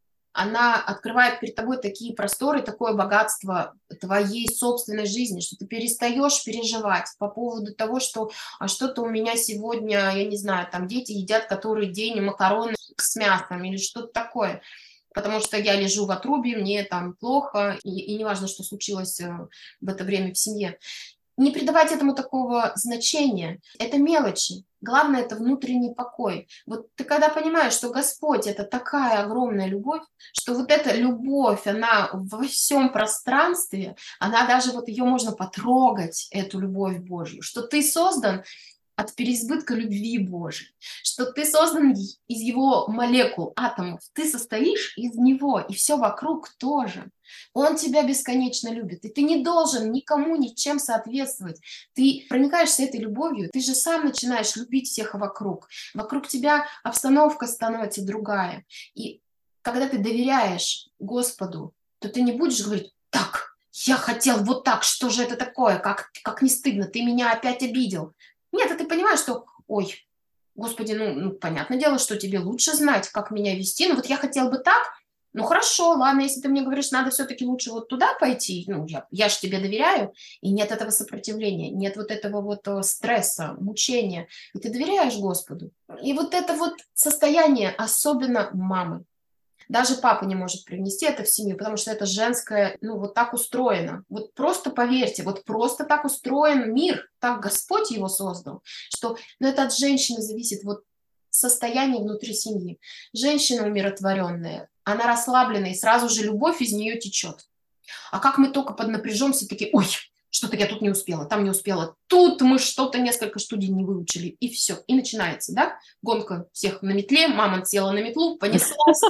она открывает перед тобой такие просторы, такое богатство твоей собственной жизни, что ты перестаешь переживать по поводу того, что а что-то у меня сегодня, я не знаю, там дети едят который день макароны с мясом или что-то такое, потому что я лежу в отрубе, мне там плохо, и, и неважно, что случилось в это время в семье. Не придавать этому такого значения. Это мелочи. Главное, это внутренний покой. Вот ты когда понимаешь, что Господь – это такая огромная любовь, что вот эта любовь, она во всем пространстве, она даже вот ее можно потрогать, эту любовь Божью, что ты создан от переизбытка любви Божьей, что ты создан из его молекул, атомов, ты состоишь из него, и все вокруг тоже. Он тебя бесконечно любит, и ты не должен никому ничем соответствовать. Ты проникаешься этой любовью, ты же сам начинаешь любить всех вокруг. Вокруг тебя обстановка становится другая. И когда ты доверяешь Господу, то ты не будешь говорить: так, я хотел вот так, что же это такое, как, как не стыдно, ты меня опять обидел. Нет, а ты понимаешь, что, ой, Господи, ну, ну, понятное дело, что тебе лучше знать, как меня вести, ну, вот я хотел бы так, ну, хорошо, ладно, если ты мне говоришь, надо все-таки лучше вот туда пойти, ну, я, я же тебе доверяю, и нет этого сопротивления, нет вот этого вот стресса, мучения, и ты доверяешь Господу. И вот это вот состояние, особенно мамы, даже папа не может привнести это в семью, потому что это женское, ну, вот так устроено. Вот просто поверьте, вот просто так устроен мир, так Господь его создал, что, ну, это от женщины зависит вот состояние внутри семьи. Женщина умиротворенная, она расслабленная, и сразу же любовь из нее течет. А как мы только поднапряжемся, такие: ой, что-то я тут не успела, там не успела, тут мы что-то несколько студий не выучили, и все, и начинается, да, гонка всех на метле, мама села на метлу, понеслась,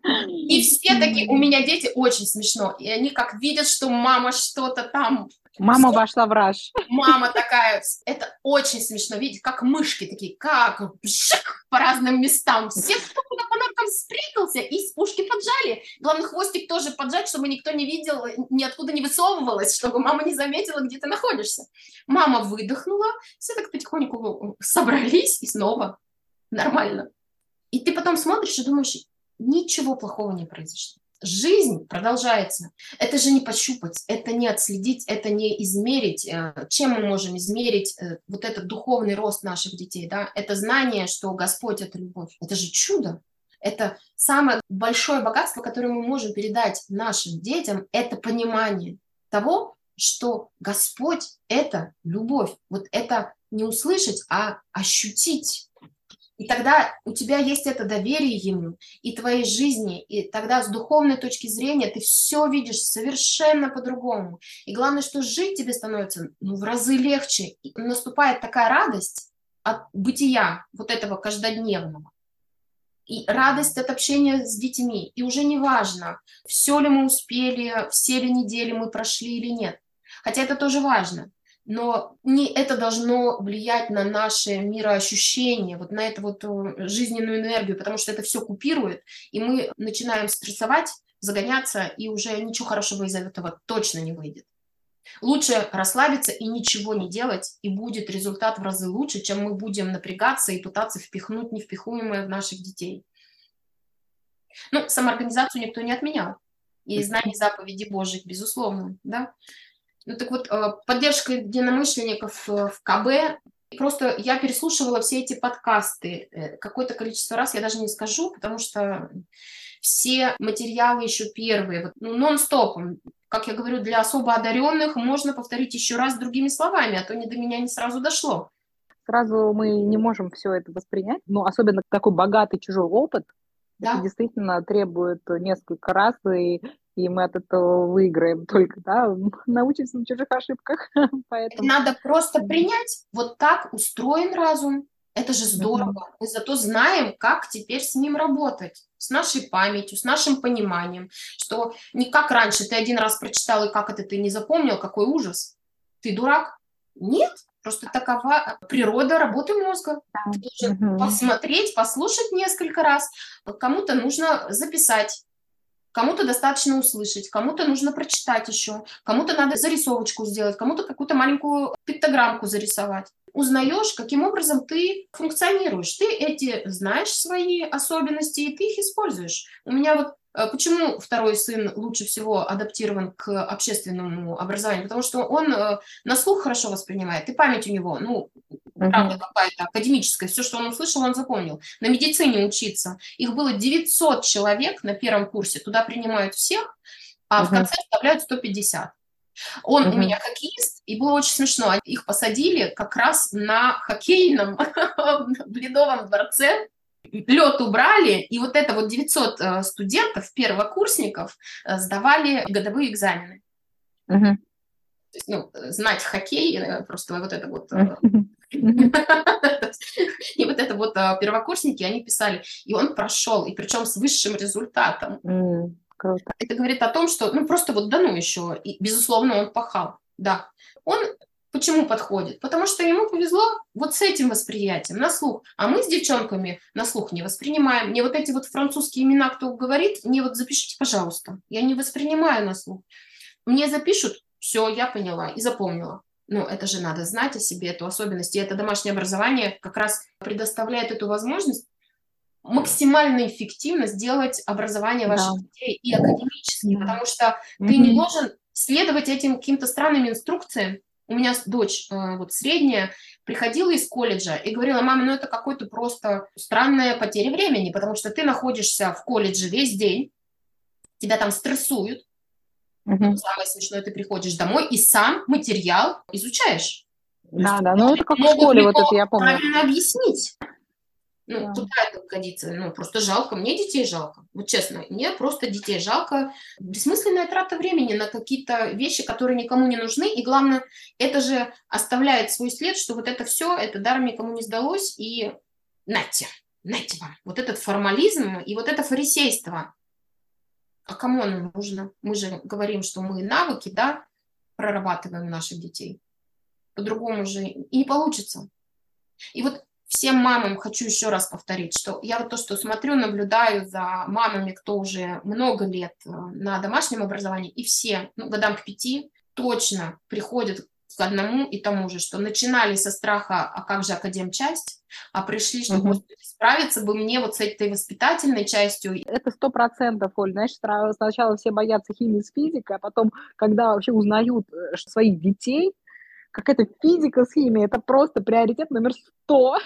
и все такие, у меня дети, очень смешно, и они как видят, что мама что-то там... Мама все... вошла в раж. Мама такая, это очень смешно, видеть, как мышки такие, как шик, по разным местам, все кто-то по норкам спрятался, и ушки поджали, главное, хвостик тоже поджать, чтобы никто не видел, ниоткуда не высовывалась, чтобы мама не заметила, где ты находишься. Мама выдохнула, все так потихоньку собрались, и снова нормально. И ты потом смотришь и думаешь, ничего плохого не произошло. Жизнь продолжается. Это же не пощупать, это не отследить, это не измерить. Чем мы можем измерить вот этот духовный рост наших детей? Да? Это знание, что Господь – это любовь. Это же чудо. Это самое большое богатство, которое мы можем передать нашим детям, это понимание того, что Господь – это любовь. Вот это не услышать, а ощутить. И тогда у тебя есть это доверие ему и твоей жизни, и тогда с духовной точки зрения ты все видишь совершенно по-другому. И главное, что жить тебе становится, ну, в разы легче. И наступает такая радость от бытия, вот этого каждодневного. И радость от общения с детьми. И уже не важно, все ли мы успели, все ли недели мы прошли или нет. Хотя это тоже важно. Но не это должно влиять на наше мироощущение, вот на эту вот жизненную энергию, потому что это все купирует, и мы начинаем стрессовать, загоняться, и уже ничего хорошего из этого точно не выйдет. Лучше расслабиться и ничего не делать, и будет результат в разы лучше, чем мы будем напрягаться и пытаться впихнуть невпихуемое в наших детей. Ну, самоорганизацию никто не отменял. И знание заповедей Божьих, безусловно, да. Ну, так вот, э, поддержка единомышленников э, в КБ. Просто я переслушивала все эти подкасты э, какое-то количество раз, я даже не скажу, потому что все материалы еще первые, вот, ну, нон-стопом. Как я говорю, для особо одаренных можно повторить еще раз другими словами, а то не до меня не сразу дошло. Сразу мы не можем все это воспринять, но особенно такой богатый чужой опыт, Да. это действительно требует несколько раз, и, и мы от этого выиграем только, да, научимся на чужих ошибках. Поэтому... Надо просто принять, вот так устроен разум. Это же здорово. Mm-hmm. Мы зато знаем, как теперь с ним работать, с нашей памятью, с нашим пониманием, что не как раньше, ты один раз прочитал, и как это ты не запомнил, какой ужас. Ты дурак? Нет, просто такова природа работы мозга. Ты должен mm-hmm. посмотреть, послушать несколько раз. Кому-то нужно записать, кому-то достаточно услышать, кому-то нужно прочитать еще, кому-то надо зарисовочку сделать, кому-то какую-то маленькую пиктограммку зарисовать. Узнаешь, каким образом ты функционируешь. Ты эти знаешь свои особенности, и ты их используешь. У меня вот почему второй сын лучше всего адаптирован к общественному образованию? Потому что он на слух хорошо воспринимает, и память у него, ну, правда, какая-то академическая. Все, что он услышал, он запомнил. На медицине учиться. Их было девятьсот человек на первом курсе. Туда принимают всех, а uh-huh. в конце оставляют сто пятьдесят. Он uh-huh. у меня хоккеист, и было очень смешно. Их посадили как раз на хоккейном в Ледовом дворце. Лед убрали, и вот это вот девятьсот студентов, первокурсников, сдавали годовые экзамены. Uh-huh. То есть, ну, знать хоккей, просто вот это вот... И вот это вот первокурсники, они писали, и он прошел, и причем с высшим результатом. Mm, круто. Это говорит о том, что, ну, просто вот да ну еще, и, безусловно, он пахал, да. Он почему подходит? Потому что ему повезло вот с этим восприятием, на слух. А мы с девчонками на слух не воспринимаем. Мне вот эти вот французские имена, кто говорит, мне вот запишите, пожалуйста. Я не воспринимаю на слух. Мне запишут, все, я поняла и запомнила. Ну, это же надо знать о себе, эту особенность. И это домашнее образование как раз предоставляет эту возможность максимально эффективно сделать образование ваших да. детей и академически, да. потому что mm-hmm. ты не должен следовать этим каким-то странным инструкциям. У меня дочь, вот средняя, приходила из колледжа и говорила: мама, ну это какой-то просто странная потеря времени, потому что ты находишься в колледже весь день, тебя там стрессуют. Uh-huh. Ну, самое смешное, ты приходишь домой и сам материал изучаешь. Да, да, ну это как в школе, вот это я помню. Правильно объяснить. Ну, да. куда это годится? Ну, просто жалко. Мне детей жалко. Вот честно, мне просто детей жалко. Бессмысленная трата времени на какие-то вещи, которые никому не нужны. И главное, это же оставляет свой след, что вот это все, это даром никому не сдалось. И нате, нате вам. Вот этот формализм и вот это фарисейство. А кому оно нужно? Мы же говорим, что мы навыки, да, прорабатываем наших детей. По-другому же и не получится. И вот всем мамам хочу еще раз повторить, что я вот то, что смотрю, наблюдаю за мамами, кто уже много лет на домашнем образовании, и все, ну, годам к пяти, точно приходят к одному и тому же, что начинали со страха, а как же академчасть, а пришли, что, Угу. Господи, справиться бы мне вот с этой воспитательной частью. Это сто процентов, Оль, знаешь, сначала все боятся химии с физикой, а потом, когда вообще узнают своих детей, какая-то физика с химией, это просто приоритет номер сто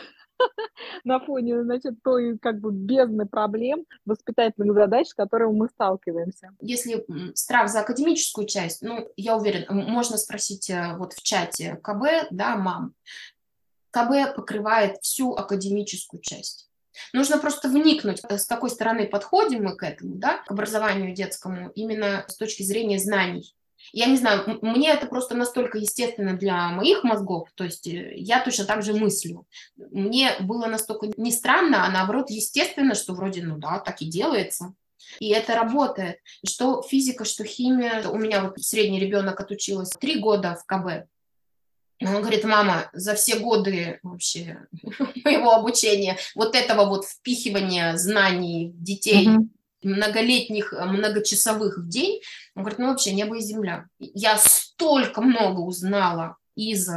на фоне, значит, той как бы бездны проблем, воспитательных задач, с которыми мы сталкиваемся. Если страх за академическую часть, ну, я уверена, можно спросить вот в чате КБ, да, мам. КБ покрывает всю академическую часть. Нужно просто вникнуть, с какой стороны подходим мы к этому, да, к образованию детскому, именно с точки зрения знаний. Я не знаю, мне это просто настолько естественно для моих мозгов, то есть я точно так же мыслю. Мне было настолько не странно, а наоборот естественно, что вроде, ну да, так и делается. И это работает. Что физика, что химия. У меня вот средний ребенок отучилась три года в КБ. Он говорит: мама, за все годы вообще моего обучения вот этого вот впихивания знаний детей, uh-huh. многолетних, многочасовых в день. Он говорит, ну вообще небо и земля. Я столько много узнала из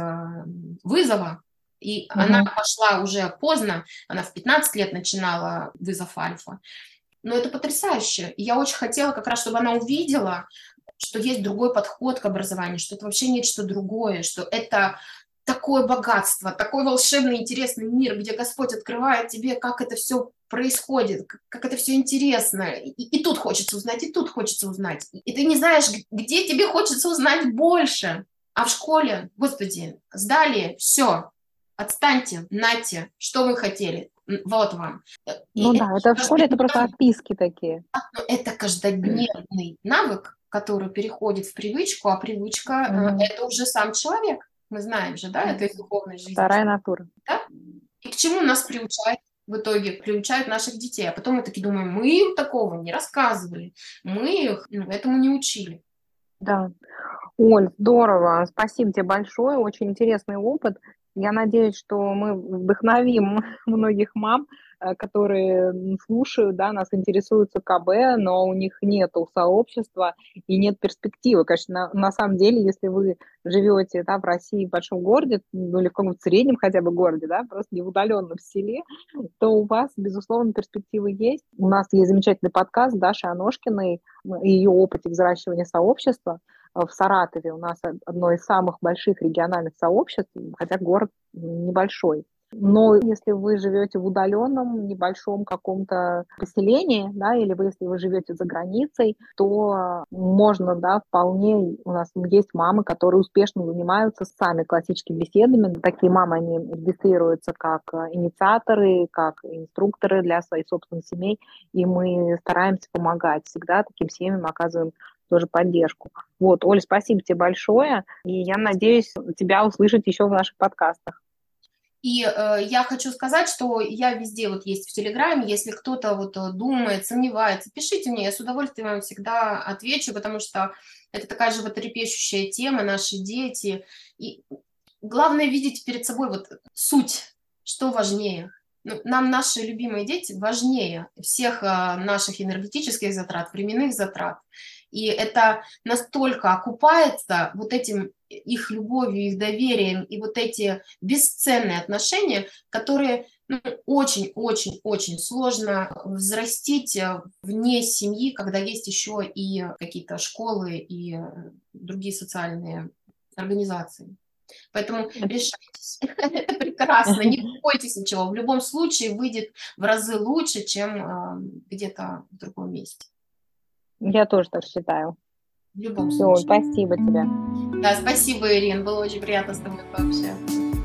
вызова, и угу. Она пошла уже поздно, она в пятнадцать лет начинала вызов альфа. Но это потрясающе. И я очень хотела как раз, чтобы она увидела, что есть другой подход к образованию, что это вообще нечто другое, что это такое богатство, такой волшебный, интересный мир, где Господь открывает тебе, как это все происходит, как это все интересно. И, и тут хочется узнать, и тут хочется узнать. И ты не знаешь, где тебе хочется узнать больше. А в школе, Господи, сдали, все, отстаньте, нате, что вы хотели. Вот вам. И ну это, да, это в школе это просто отписки такие. Это каждодневный навык, который переходит в привычку, а привычка mm-hmm. это уже сам человек. Мы знаем же, да, это из духовной жизни. Вторая натура. Да? И к чему нас приучают в итоге? Приучают наших детей. А потом мы такие думаем, мы им такого не рассказывали, мы их ну, этому не учили. Да. Оль, здорово. Спасибо тебе большое. Очень интересный опыт. Я надеюсь, что мы вдохновим многих мам, которые слушают, да, нас интересуются КБ, но у них нет сообщества и нет перспективы. Конечно, на, на самом деле, если вы живете, да, в России, в большом городе, ну, или в каком-то среднем хотя бы городе, да, просто не в удаленном селе, то у вас, безусловно, перспективы есть. У нас есть замечательный подкаст Даши Аношкиной и ее опыте взращивания сообщества. В Саратове у нас одно из самых больших региональных сообществ, хотя город небольшой. Но если вы живете в удаленном, небольшом каком-то поселении, да, или вы, если вы живете за границей, то можно, да, вполне, у нас есть мамы, которые успешно занимаются сами классическими беседами. Такие мамы, они регистрируются как инициаторы, как инструкторы для своих собственных семей, и мы стараемся помогать. Всегда таким семьям оказываем тоже поддержку. Вот, Оля, спасибо тебе большое, и я надеюсь тебя услышать еще в наших подкастах. И э, я хочу сказать, что я везде вот есть в Телеграме, если кто-то вот думает, сомневается, пишите мне, я с удовольствием вам всегда отвечу, потому что это такая животрепещущая тема, наши дети. И главное видеть перед собой вот суть, что важнее. Нам наши любимые дети важнее всех э, наших энергетических затрат, временных затрат. И это настолько окупается вот этим их любовью, их доверием и вот эти бесценные отношения, которые очень-очень-очень ну, сложно взрастить вне семьи, когда есть еще и какие-то школы и другие социальные организации. Поэтому решайтесь. Это прекрасно. Не бойтесь ничего. В любом случае выйдет в разы лучше, чем где-то в другом месте. Я тоже так считаю. В любом Все, случае. спасибо тебе. Да, спасибо, Ирин. Было очень приятно с тобой пообщаться.